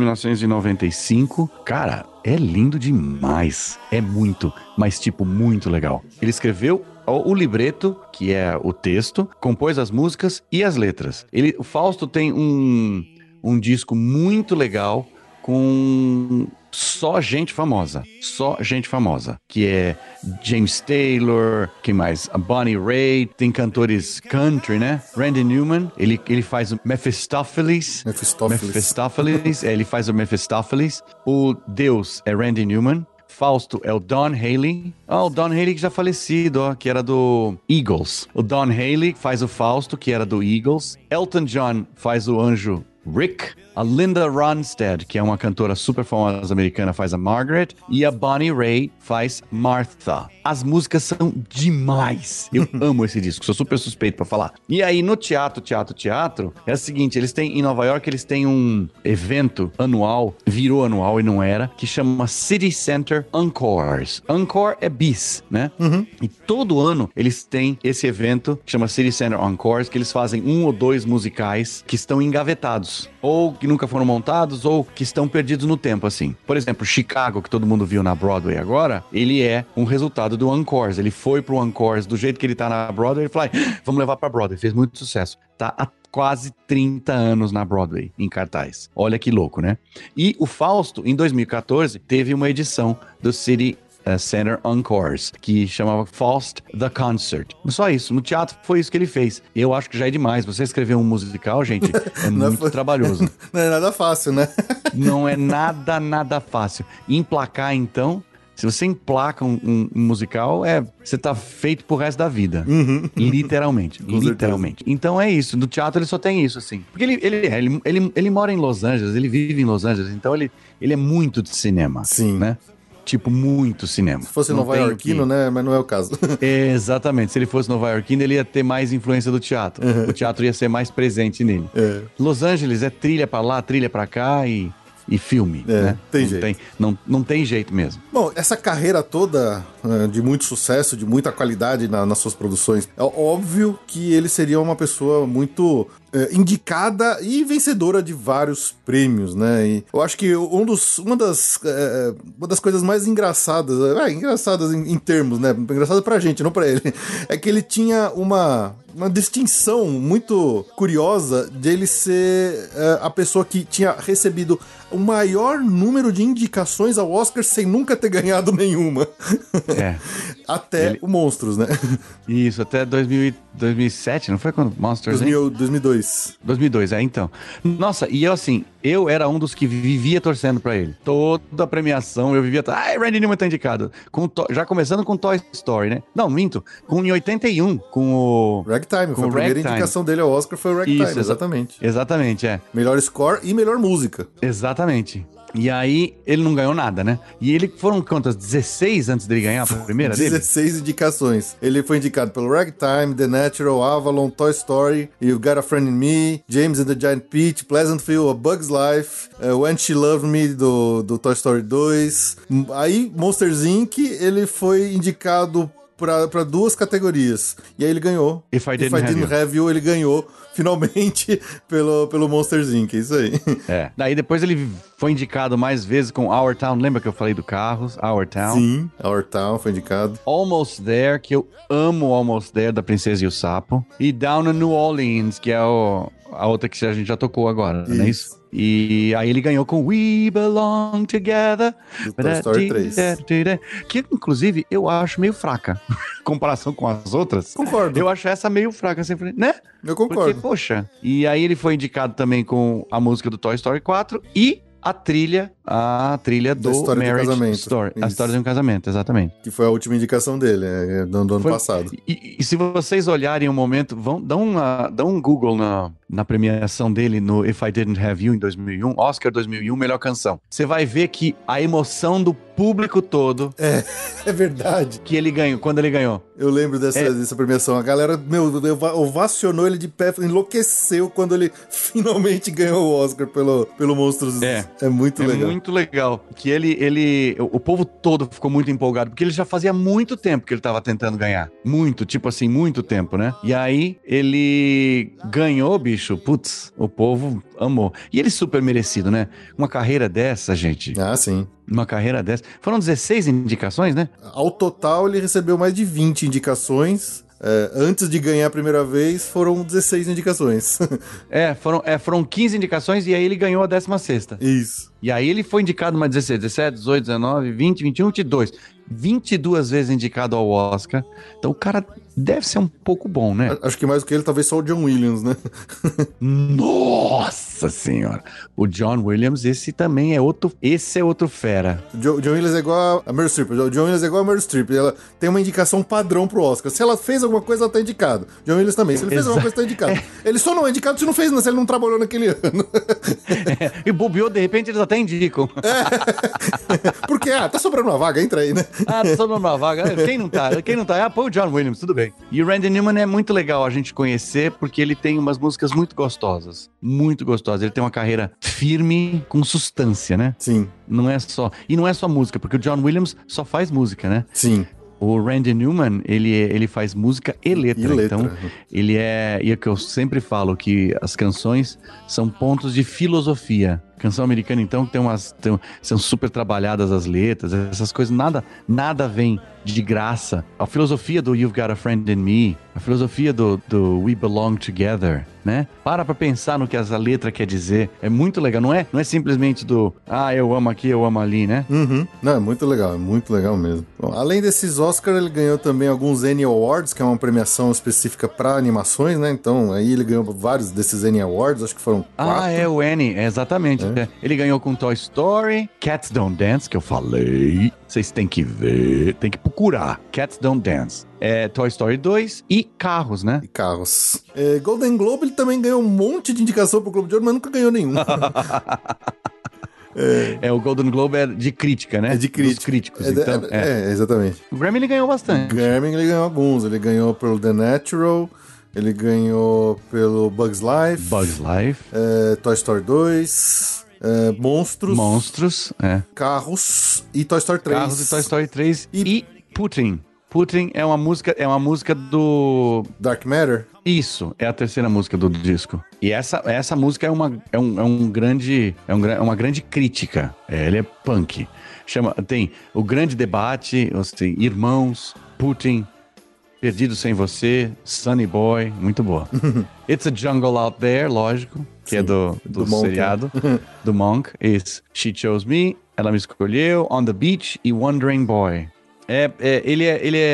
1995. Cara, é lindo demais. É muito, mas tipo, muito legal. Ele escreveu o libreto, que é o texto, compôs as músicas e as letras. O Fausto tem um disco muito legal com só gente famosa, que é James Taylor, quem mais? A Bonnie Raitt, tem cantores country, né? Randy Newman, ele faz o Mephistopheles, ele faz o Mephistopheles, o Deus é Randy Newman, Fausto é o Don Haley. O Don Haley que já falecido, que era do Eagles. O Don Haley faz o Fausto, que era do Eagles. Elton John faz o anjo Rick. A Linda Ronstadt, que é uma cantora super famosa americana, faz a Margaret. E a Bonnie Raitt faz Martha. As músicas são demais. Eu amo esse disco, sou super suspeito pra falar. E aí no teatro, é o seguinte, em Nova York, eles têm um evento anual, virou anual e não era, que chama City Center Encores. Encore é bis, né? Uhum. E todo ano eles têm esse evento, que chama City Center Encores, que eles fazem 1 ou 2 musicais que estão engavetados, ou que nunca foram montados, ou que estão perdidos no tempo, assim. Por exemplo, Chicago, que todo mundo viu na Broadway agora, ele é um resultado do Encores. Ele foi pro Encores do jeito que ele tá na Broadway, ele falou, vamos levar pra Broadway. Fez muito sucesso. Tá há quase 30 anos na Broadway, em cartaz. Olha que louco, né? E o Fausto, em 2014, teve uma edição do City Center Encores, que chamava Faust The Concert. Só isso, no teatro foi isso que ele fez. Eu acho que já é demais. Você escrever um musical, gente, é muito trabalhoso. Não é nada fácil, né? Não é nada fácil. Emplacar, então, se você emplaca um musical, você tá feito pro resto da vida. Literalmente. Literalmente. Então é isso. No teatro ele só tem isso, assim. Porque ele mora em Los Angeles, ele vive em Los Angeles, então ele é muito de cinema. Sim. Né? Tipo, muito cinema. Se fosse nova-iorquino, né? Mas não é o caso. Exatamente. Se ele fosse nova-iorquino, ele ia ter mais influência do teatro. O teatro ia ser mais presente nele. Los Angeles é trilha pra lá, trilha pra cá e filme, né? Tem jeito. Não tem jeito mesmo. Bom, essa carreira toda de muito sucesso, de muita qualidade nas suas produções, é óbvio que ele seria uma pessoa muito indicada e vencedora de vários prêmios, né? E eu acho que uma das coisas mais engraçadas, engraçadas em termos, né? Engraçada pra gente, não pra ele, é que ele tinha uma distinção muito curiosa de ele ser a pessoa que tinha recebido o maior número de indicações ao Oscar sem nunca ter ganhado nenhuma. Até o Monstros, né? Isso, até 2007, não foi quando Monsters? 2002. 2002, então. Nossa, e eu era um dos que vivia torcendo pra ele. Toda a premiação eu vivia... Randy Newman tá indicado. Já começando com Toy Story, né? Não, minto. Em 81, com o... Ragtime, foi a primeira indicação dele ao Oscar, foi o Ragtime, exatamente. Exatamente, Melhor score e melhor música. Exatamente. E aí, ele não ganhou nada, né? E ele, foram quantas? 16 antes dele ganhar a primeira 16 indicações. Ele foi indicado pelo Ragtime, The Natural, Avalon, Toy Story, You've Got a Friend in Me, James and the Giant Peach, Pleasantville, A Bug's Life, When She Loved Me, do Toy Story 2. Aí, Monsters, Inc., ele foi indicado pra duas categorias. E aí ele ganhou. If I Didn't Have You, ele ganhou finalmente pelo Monsters, Inc. É isso aí. Daí depois ele foi indicado mais vezes com Our Town. Lembra que eu falei do Carros? Our Town. Sim, Our Town foi indicado. Almost There, que eu amo Almost There, da Princesa e o Sapo. E Down in New Orleans, que é a outra que a gente já tocou agora, não é isso? E aí ele ganhou com We Belong Together. Do Toy Story 3. Que, inclusive, eu acho meio fraca. Em comparação com as outras. Concordo. Eu acho essa meio fraca, sempre, né? Eu concordo. Porque, poxa. E aí ele foi indicado também com a música do Toy Story 4 e a trilha do Marriage Story. A história de um casamento, exatamente. Que foi a última indicação dele, do ano passado. E se vocês olharem um momento, dá um Google na premiação dele no If I Didn't Have You em 2001, Oscar 2001, melhor canção. Você vai ver que a emoção do público todo... É verdade. Que ele ganhou, quando ele ganhou. Eu lembro dessa premiação. A galera, ovacionou ele de pé, enlouqueceu quando ele finalmente ganhou o Oscar pelo Monstros. É muito legal. Muito legal. Que o povo todo ficou muito empolgado, porque ele já fazia muito tempo que ele tava tentando ganhar. Muito tempo, né? E aí, ele ganhou, bicho, putz, o povo amou. E ele super merecido, né? Uma carreira dessa, gente. Ah, sim. Uma carreira dessa. Foram 16 indicações, né? Ao total, ele recebeu mais de 20 indicações. Antes de ganhar a primeira vez, foram 16 indicações. Foram 15 indicações e aí ele ganhou a 16ª. Isso. E aí ele foi indicado mais 16, 17, 18, 19, 20, 21, 22. 22 vezes indicado ao Oscar. Então o cara deve ser um pouco bom, né? Acho que mais do que ele, talvez só o John Williams, né? Nossa senhora! O John Williams, esse também é outro fera. John Williams é igual a Meryl Streep. O John Williams é igual a Meryl Streep. Ela tem uma indicação padrão pro Oscar. Se ela fez alguma coisa, ela tá indicado. John Williams também. Se ele fez alguma coisa, tá indicado. Ele só não é indicado se não fez, se ele não trabalhou naquele ano. E bobeou, de repente, eles até indicam. Porque, tá sobrando uma vaga, entra aí, né? Tá sobrando uma vaga. Quem não tá? Põe o John Williams, tudo bem. E o Randy Newman é muito legal a gente conhecer, porque ele tem umas músicas muito gostosas. Muito gostosas. Ele tem uma carreira firme, com substância, né? Sim. Não é só música, porque o John Williams só faz música, né? Sim. O Randy Newman, ele faz música e letra. Então, ele é... E é que eu sempre falo, que as canções são pontos de filosofia. Canção americana, então, que são super trabalhadas as letras, essas coisas, nada vem de graça. A filosofia do You've Got a Friend in Me, a filosofia do We Belong Together, né? Para pensar no que essa letra quer dizer. É muito legal. Não é simplesmente eu amo aqui, eu amo ali, né? Uhum. Não, é muito legal mesmo. Bom, além desses Oscars, ele ganhou também alguns Annie Awards, que é uma premiação específica para animações, né? Então, aí ele ganhou vários desses Annie Awards, acho que foram 4. O Annie, exatamente. É. Ele ganhou com Toy Story, Cats Don't Dance, que eu falei. Vocês têm que ver, tem que procurar. Cats Don't Dance. Toy Story 2 e Carros, né? E Carros. Golden Globe, ele também ganhou um monte de indicação pro Globo de Ouro, mas nunca ganhou nenhum. O Golden Globe é de crítica, né? É de crítica. Dos críticos, então. Exatamente. O Grammy ele ganhou bastante. O Grammy ele ganhou alguns. Ele ganhou pelo The Natural, ele ganhou pelo Bugs Life. Toy Story 2... Monstros, Carros e Toy Story 3. Carros e Toy Story 3 e Putin. Putin é uma música do... Dark Matter? Isso, é a terceira música do disco. E essa música é uma grande crítica. Ele é punk. Tem o grande debate, assim, Irmãos, Putin, Perdido Sem Você, Sunny Boy, muito boa. It's a Jungle Out There, lógico, que sim, é do seriado, do Monk. Isso. She Chose Me, Ela Me Escolheu, On the Beach e Wandering Boy. Ele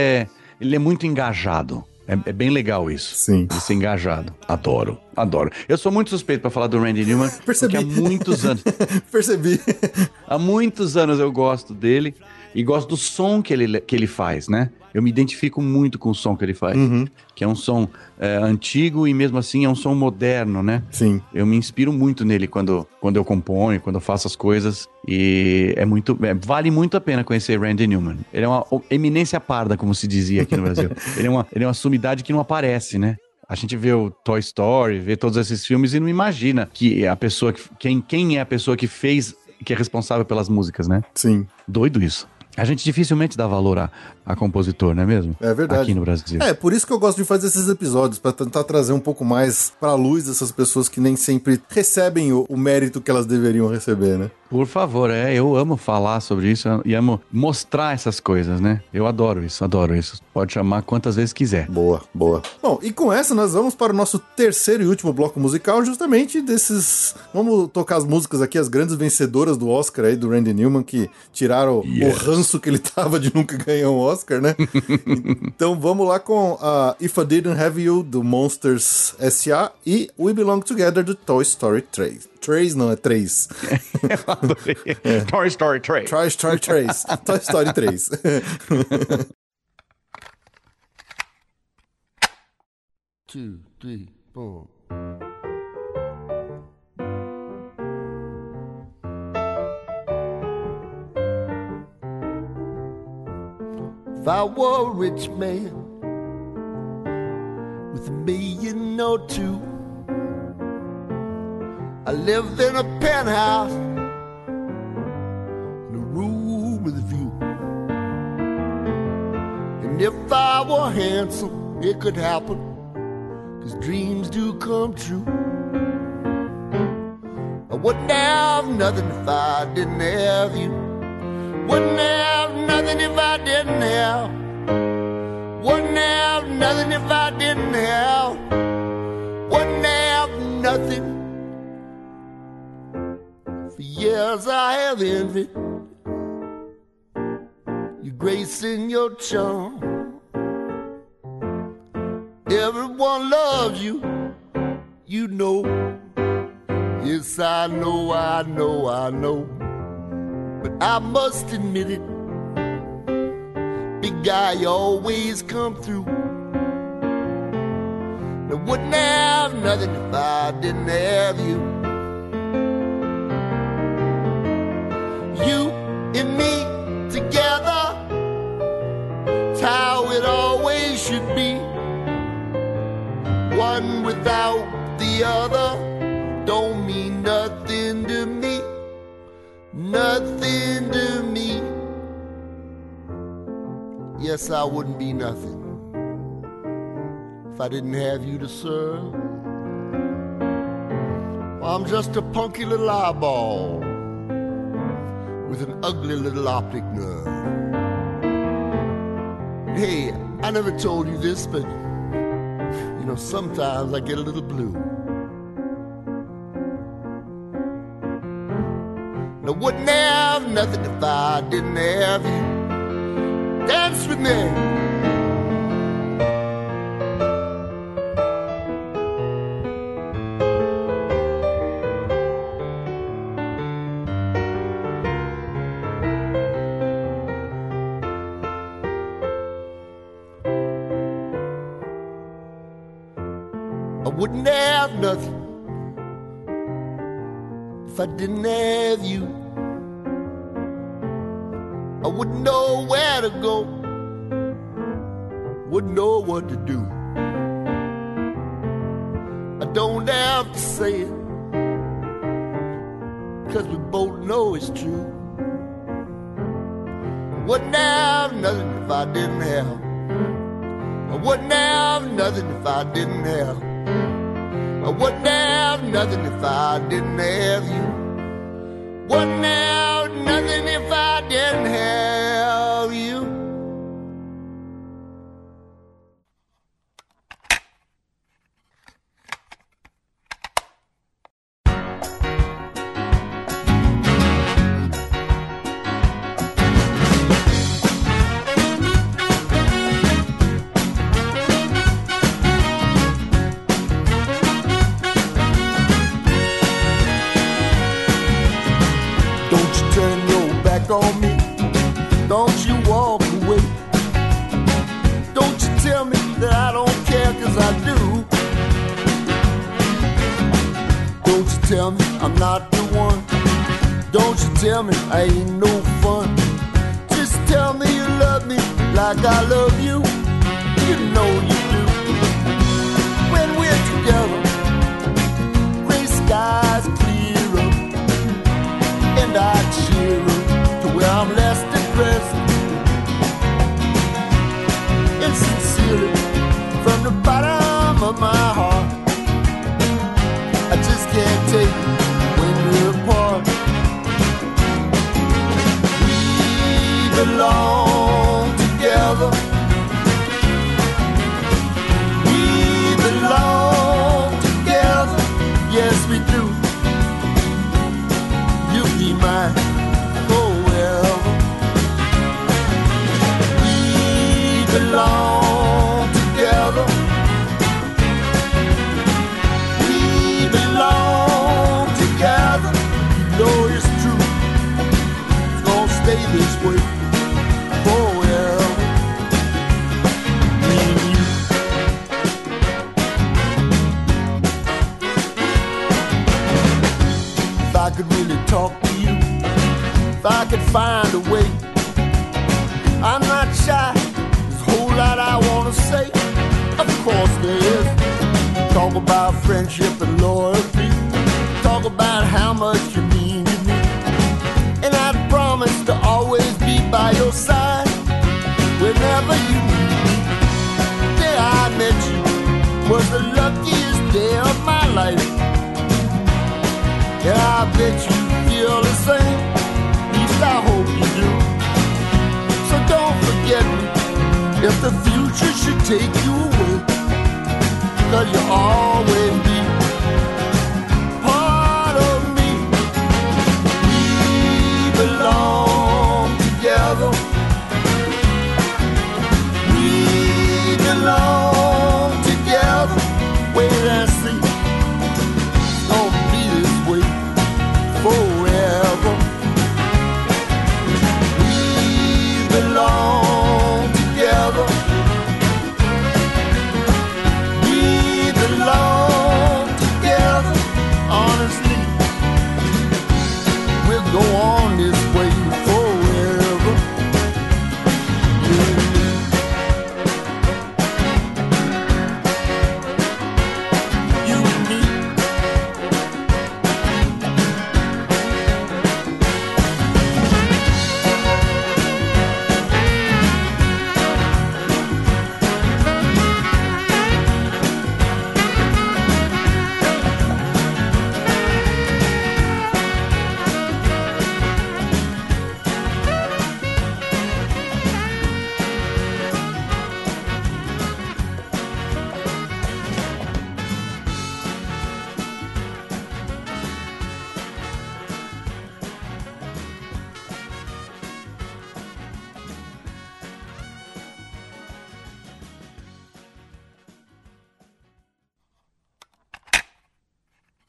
é muito engajado. É bem legal isso. Sim. De ser engajado. Adoro. Eu sou muito suspeito pra falar do Randy Newman. Percebi. Porque há muitos anos... Percebi. Há muitos anos eu gosto dele e gosto do som que ele faz, né? Eu me identifico muito com o som que ele faz. Uhum. Que é um som antigo e mesmo assim é um som moderno, né? Sim. Eu me inspiro muito nele quando eu componho, quando eu faço as coisas. E vale muito a pena conhecer Randy Newman. Ele é uma eminência parda, como se dizia aqui no Brasil. Ele é uma sumidade que não aparece, né? A gente vê o Toy Story, vê todos esses filmes e não imagina que a pessoa quem é a pessoa que fez, que é responsável pelas músicas, né? Sim. Doido isso. A gente dificilmente dá valor a compositor, não é mesmo? É verdade. Aqui no Brasil. Por isso que eu gosto de fazer esses episódios, pra tentar trazer um pouco mais pra luz dessas pessoas que nem sempre recebem o mérito que elas deveriam receber, né? Por favor, eu amo falar sobre isso e amo mostrar essas coisas, né? Eu adoro isso. Pode chamar quantas vezes quiser. Boa. Bom, e com essa nós vamos para o nosso terceiro e último bloco musical, justamente desses... Vamos tocar as músicas aqui, as grandes vencedoras do Oscar aí, do Randy Newman, que tiraram o ranço que ele tava de nunca ganhar um Oscar, né? Então vamos lá com a If I Didn't Have You, do Monsters S.A. e We Belong Together, do Toy Story 3. 3 não, é 3. Toy Story 3. Toy Story 3. Toy Story 3. Two, three, four. If I were a rich man with $1 million or two, I lived in a penthouse in a room with a view. And if I were handsome, it could happen, 'cause dreams do come true. I wouldn't have nothing if I didn't have you. Wouldn't have nothing if I didn't have. Wouldn't have nothing if I didn't have. Wouldn't have nothing. For years I have envied your grace and your charm. Everyone loves you, you know. Yes, I know, I know, I know. But I must admit it, big guy, you always come through. I wouldn't have nothing if I didn't have you. You and me together, it's how it always should be. One without the other don't mean nothing to me. Nothing to me. Yes, I wouldn't be nothing if I didn't have you to serve. I'm just a punky little eyeball with an ugly little optic nerve. Hey, I never told you this, but you know, sometimes I get a little blue. I wouldn't have nothing if I didn't have you. Dance with me. I wouldn't have nothing if I didn't have you. I wouldn't know where to go, wouldn't know what to do. I don't have to say it, 'cause we both know it's true. I wouldn't have nothing if I didn't have. I wouldn't have nothing if I didn't have. I wouldn't have nothing if I didn't have you. Wouldn't have nothing if I didn't have you. On me, don't you walk away. Don't you tell me that I don't care, 'cause I do. Don't you tell me I'm not the one. Don't you tell me I ain't no fun. Just tell me you love me like I love you. You know you do. When we're together, gray skies clear up, and I cheer up. I'm less depressed, and sincerely, from the bottom of my heart, I just can't take it when we're apart. We belong together. We belong together. Yes, we do. You'll be mine. Belong together. We belong together. You know it's true. It's gonna stay this way forever. Me and you. If I could really talk to you, if I could find a way, I'm not shy. Lot I wanna say, of course there is. Talk about friendship and loyalty. Talk about how much you mean to me. And I promise to always be by your side whenever you need me. The day I met you was the luckiest day of my life. And I bet you feel the same. At least I hope you do. So don't forget me if the future should take you away, 'cause you'll always be part of me. We belong together. We belong together. Wait and see. It's gonna be this way forever. We belong together. We belong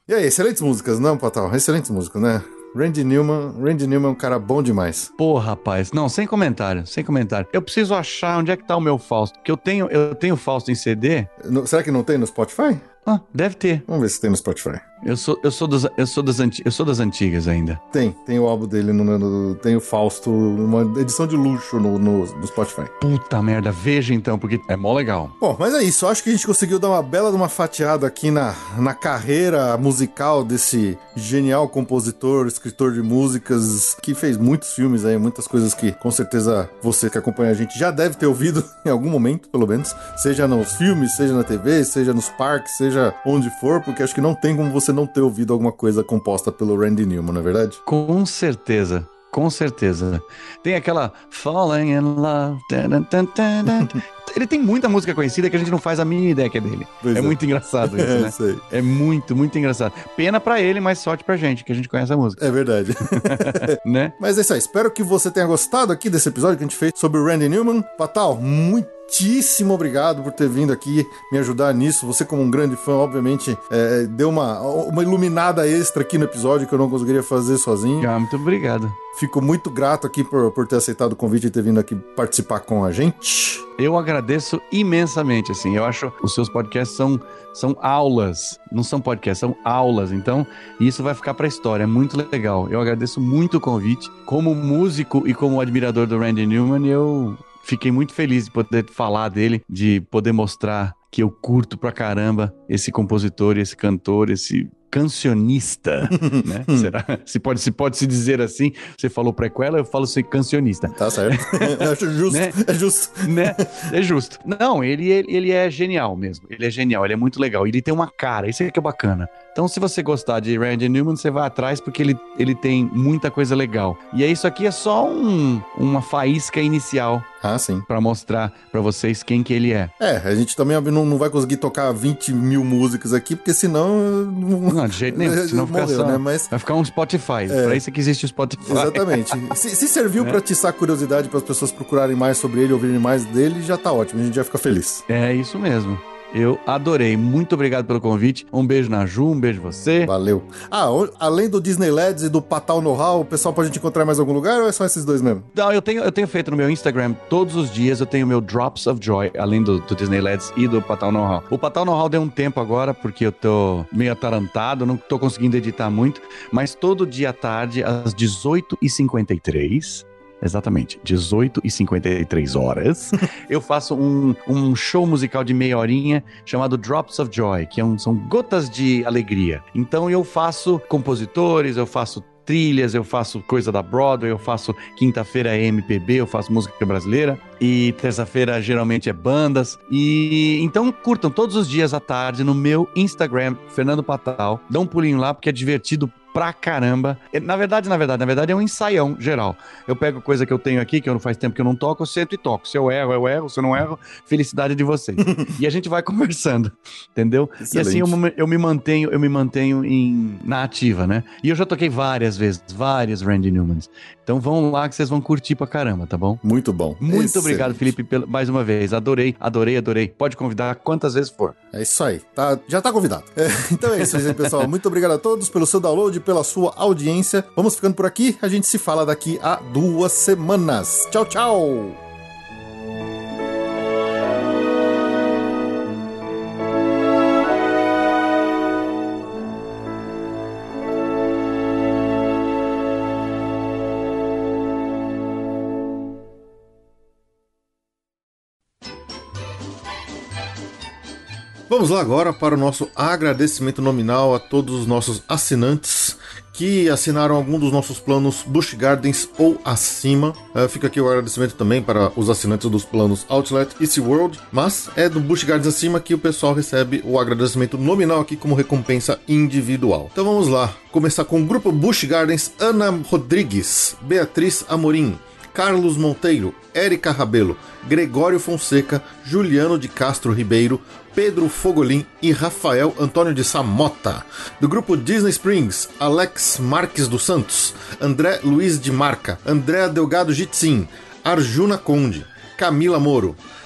E aí, excelentes músicas, não, Patal? Excelentes músicas, né? Randy Newman é um cara bom demais. Pô, rapaz, não, sem comentário. Eu preciso achar onde é que tá o meu Fausto, porque eu tenho Fausto em CD. Será que não tem no Spotify? Ah, deve ter. Vamos ver se tem no Spotify. Eu sou das antigas ainda. Tem o álbum dele, tem o Fausto, uma edição de luxo no Spotify. Puta merda, veja então, porque é mó legal. Bom, mas é isso, eu acho que a gente conseguiu dar uma bela de uma fatiada aqui na carreira musical desse genial compositor, escritor de músicas, que fez muitos filmes aí, muitas coisas que com certeza você que acompanha a gente já deve ter ouvido em algum momento, pelo menos, seja nos filmes, seja na TV, seja nos parques, seja onde for, porque acho que não tem como você não ter ouvido alguma coisa composta pelo Randy Newman, não é verdade? Com certeza. Tem aquela Falling in Love. Ele tem muita música conhecida que a gente não faz a mínima ideia que é dele. É muito engraçado isso, né? Sei. É muito, muito engraçado. Pena pra ele, mas sorte pra gente, que a gente conhece a música. É verdade. Né? Mas é isso aí. Espero que você tenha gostado aqui desse episódio que a gente fez sobre o Randy Newman. Patal, muitíssimo obrigado por ter vindo aqui me ajudar nisso. Você, como um grande fã, obviamente, deu uma iluminada extra aqui no episódio que eu não conseguiria fazer sozinho. Ah, muito obrigado. Fico muito grato aqui por ter aceitado o convite e ter vindo aqui participar com a gente. Eu agradeço imensamente, assim. Eu acho que os seus podcasts são aulas. Não são podcasts, são aulas. Então, isso vai ficar pra história. É muito legal. Eu agradeço muito o convite. Como músico e como admirador do Randy Newman, eu fiquei muito feliz de poder falar dele, de poder mostrar que eu curto pra caramba esse compositor, esse cantor, esse cancionista, né? Será? Se pode se dizer assim. Você falou prequela, eu falo ser cancionista. Tá certo. Acho justo. Né? É justo. Né? É justo. Não, ele é genial mesmo. Ele é genial, ele é muito legal. Ele tem uma cara, isso é que é bacana. Então, se você gostar de Randy Newman, você vai atrás porque ele tem muita coisa legal. E isso aqui é só uma faísca inicial. Ah, sim. Pra mostrar pra vocês quem que ele é. A gente também não vai conseguir tocar 20 mil músicas aqui, porque senão... Não, de jeito nenhum. Senão morreu, fica só, né? Mas... vai ficar um Spotify. Pra isso que existe o Spotify. Exatamente. Se serviu pra atiçar a curiosidade para as pessoas procurarem mais sobre ele, ouvirem mais dele, já tá ótimo. A gente já fica feliz. É isso mesmo. Eu adorei. Muito obrigado pelo convite. Um beijo na Ju, um beijo você. Valeu. Além do Disney LEDs e do Patal Know-How, o pessoal pode te encontrar em mais algum lugar ou é só esses dois mesmo? Não, eu tenho feito no meu Instagram todos os dias, eu tenho meu Drops of Joy, além do Disney LEDs e do Patal Know-How. O Patal Know-How deu um tempo agora, porque eu tô meio atarantado, não tô conseguindo editar muito, mas todo dia à tarde, às 18h53... Exatamente, 18h53, eu faço um show musical de meia horinha chamado Drops of Joy, que são gotas de alegria. Então eu faço compositores, eu faço trilhas, eu faço coisa da Broadway, eu faço quinta-feira é MPB, eu faço música brasileira e terça-feira geralmente é bandas. E então curtam todos os dias à tarde no meu Instagram, Fernando Patal. Dá um pulinho lá porque é divertido pra caramba. Na verdade é um ensaião geral. Eu pego coisa que eu tenho aqui, que eu não faz tempo que eu não toco, eu sento e toco. Se eu erro, eu erro. Se eu não erro, felicidade de vocês. E a gente vai conversando, entendeu? Excelente. E assim eu me mantenho na ativa, né? E eu já toquei várias vezes, vários Randy Newmans. Então vão lá que vocês vão curtir pra caramba, tá bom? Muito bom. Muito Excelente. Obrigado, Felipe, mais uma vez. Adorei. Pode convidar quantas vezes for. É isso aí. Já tá convidado. Então é isso, gente, pessoal. Muito obrigado a todos pelo seu download, pela sua audiência. Vamos ficando por aqui. A gente se fala daqui a 2 semanas. Tchau, tchau! Vamos lá agora para o nosso agradecimento nominal a todos os nossos assinantes que assinaram algum dos nossos planos Busch Gardens ou acima. Fica aqui o agradecimento também para os assinantes dos planos Outlet e SeaWorld, mas é do Busch Gardens acima que o pessoal recebe o agradecimento nominal aqui como recompensa individual. Então vamos lá, começar com o grupo Busch Gardens: Ana Rodrigues, Beatriz Amorim, Carlos Monteiro, Érica Rabelo, Gregório Fonseca, Juliano de Castro Ribeiro, Pedro Fogolin e Rafael Antônio de Samota. Do grupo Disney Springs, Alex Marques dos Santos, André Luiz de Marca, Andréa Delgado Jitsin, Arjuna Conde, Camila Moro,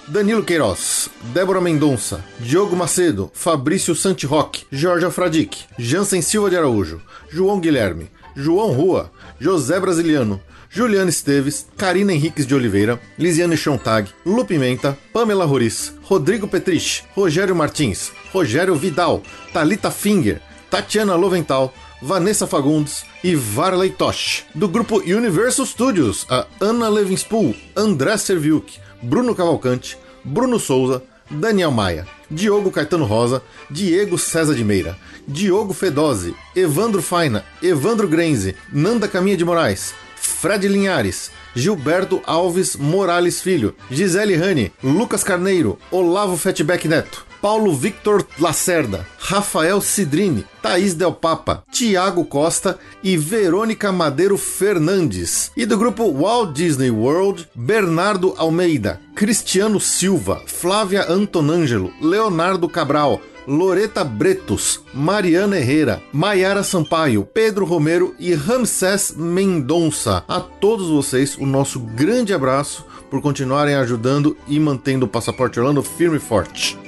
Danilo Queiroz, Débora Mendonça, Diogo Macedo, Fabrício Santiroque, Jorge Fradique, Jansen Silva de Araújo, João Guilherme, João Rua, José Brasiliano, Juliana Esteves, Karina Henriques de Oliveira, Lisiane Chontag, Lu Pimenta, Pamela Roriz, Rodrigo Petrich, Rogério Martins, Rogério Vidal, Thalita Finger, Tatiana Lovental, Vanessa Fagundes e Varley Tosh. Do grupo Universal Studios, a Ana Levinspool, André Serviuk, Bruno Cavalcante, Bruno Souza, Daniel Maia, Diogo Caetano Rosa, Diego César de Meira, Diogo Fedose, Evandro Faina, Evandro Grenze, Nanda Caminha de Moraes, Fred Linhares, Gilberto Alves Morales Filho, Gisele Rani, Lucas Carneiro, Olavo Fatback Neto, Paulo Victor Lacerda, Rafael Cidrini, Thaís Del Papa, Tiago Costa e Verônica Madeiro Fernandes. E do grupo Walt Disney World, Bernardo Almeida, Cristiano Silva, Flávia Antonângelo, Leonardo Cabral, Loreta Bretos, Mariana Herrera, Maiara Sampaio, Pedro Romero e Ramsés Mendonça. A todos vocês, o nosso grande abraço por continuarem ajudando e mantendo o Passaporte Orlando firme e forte.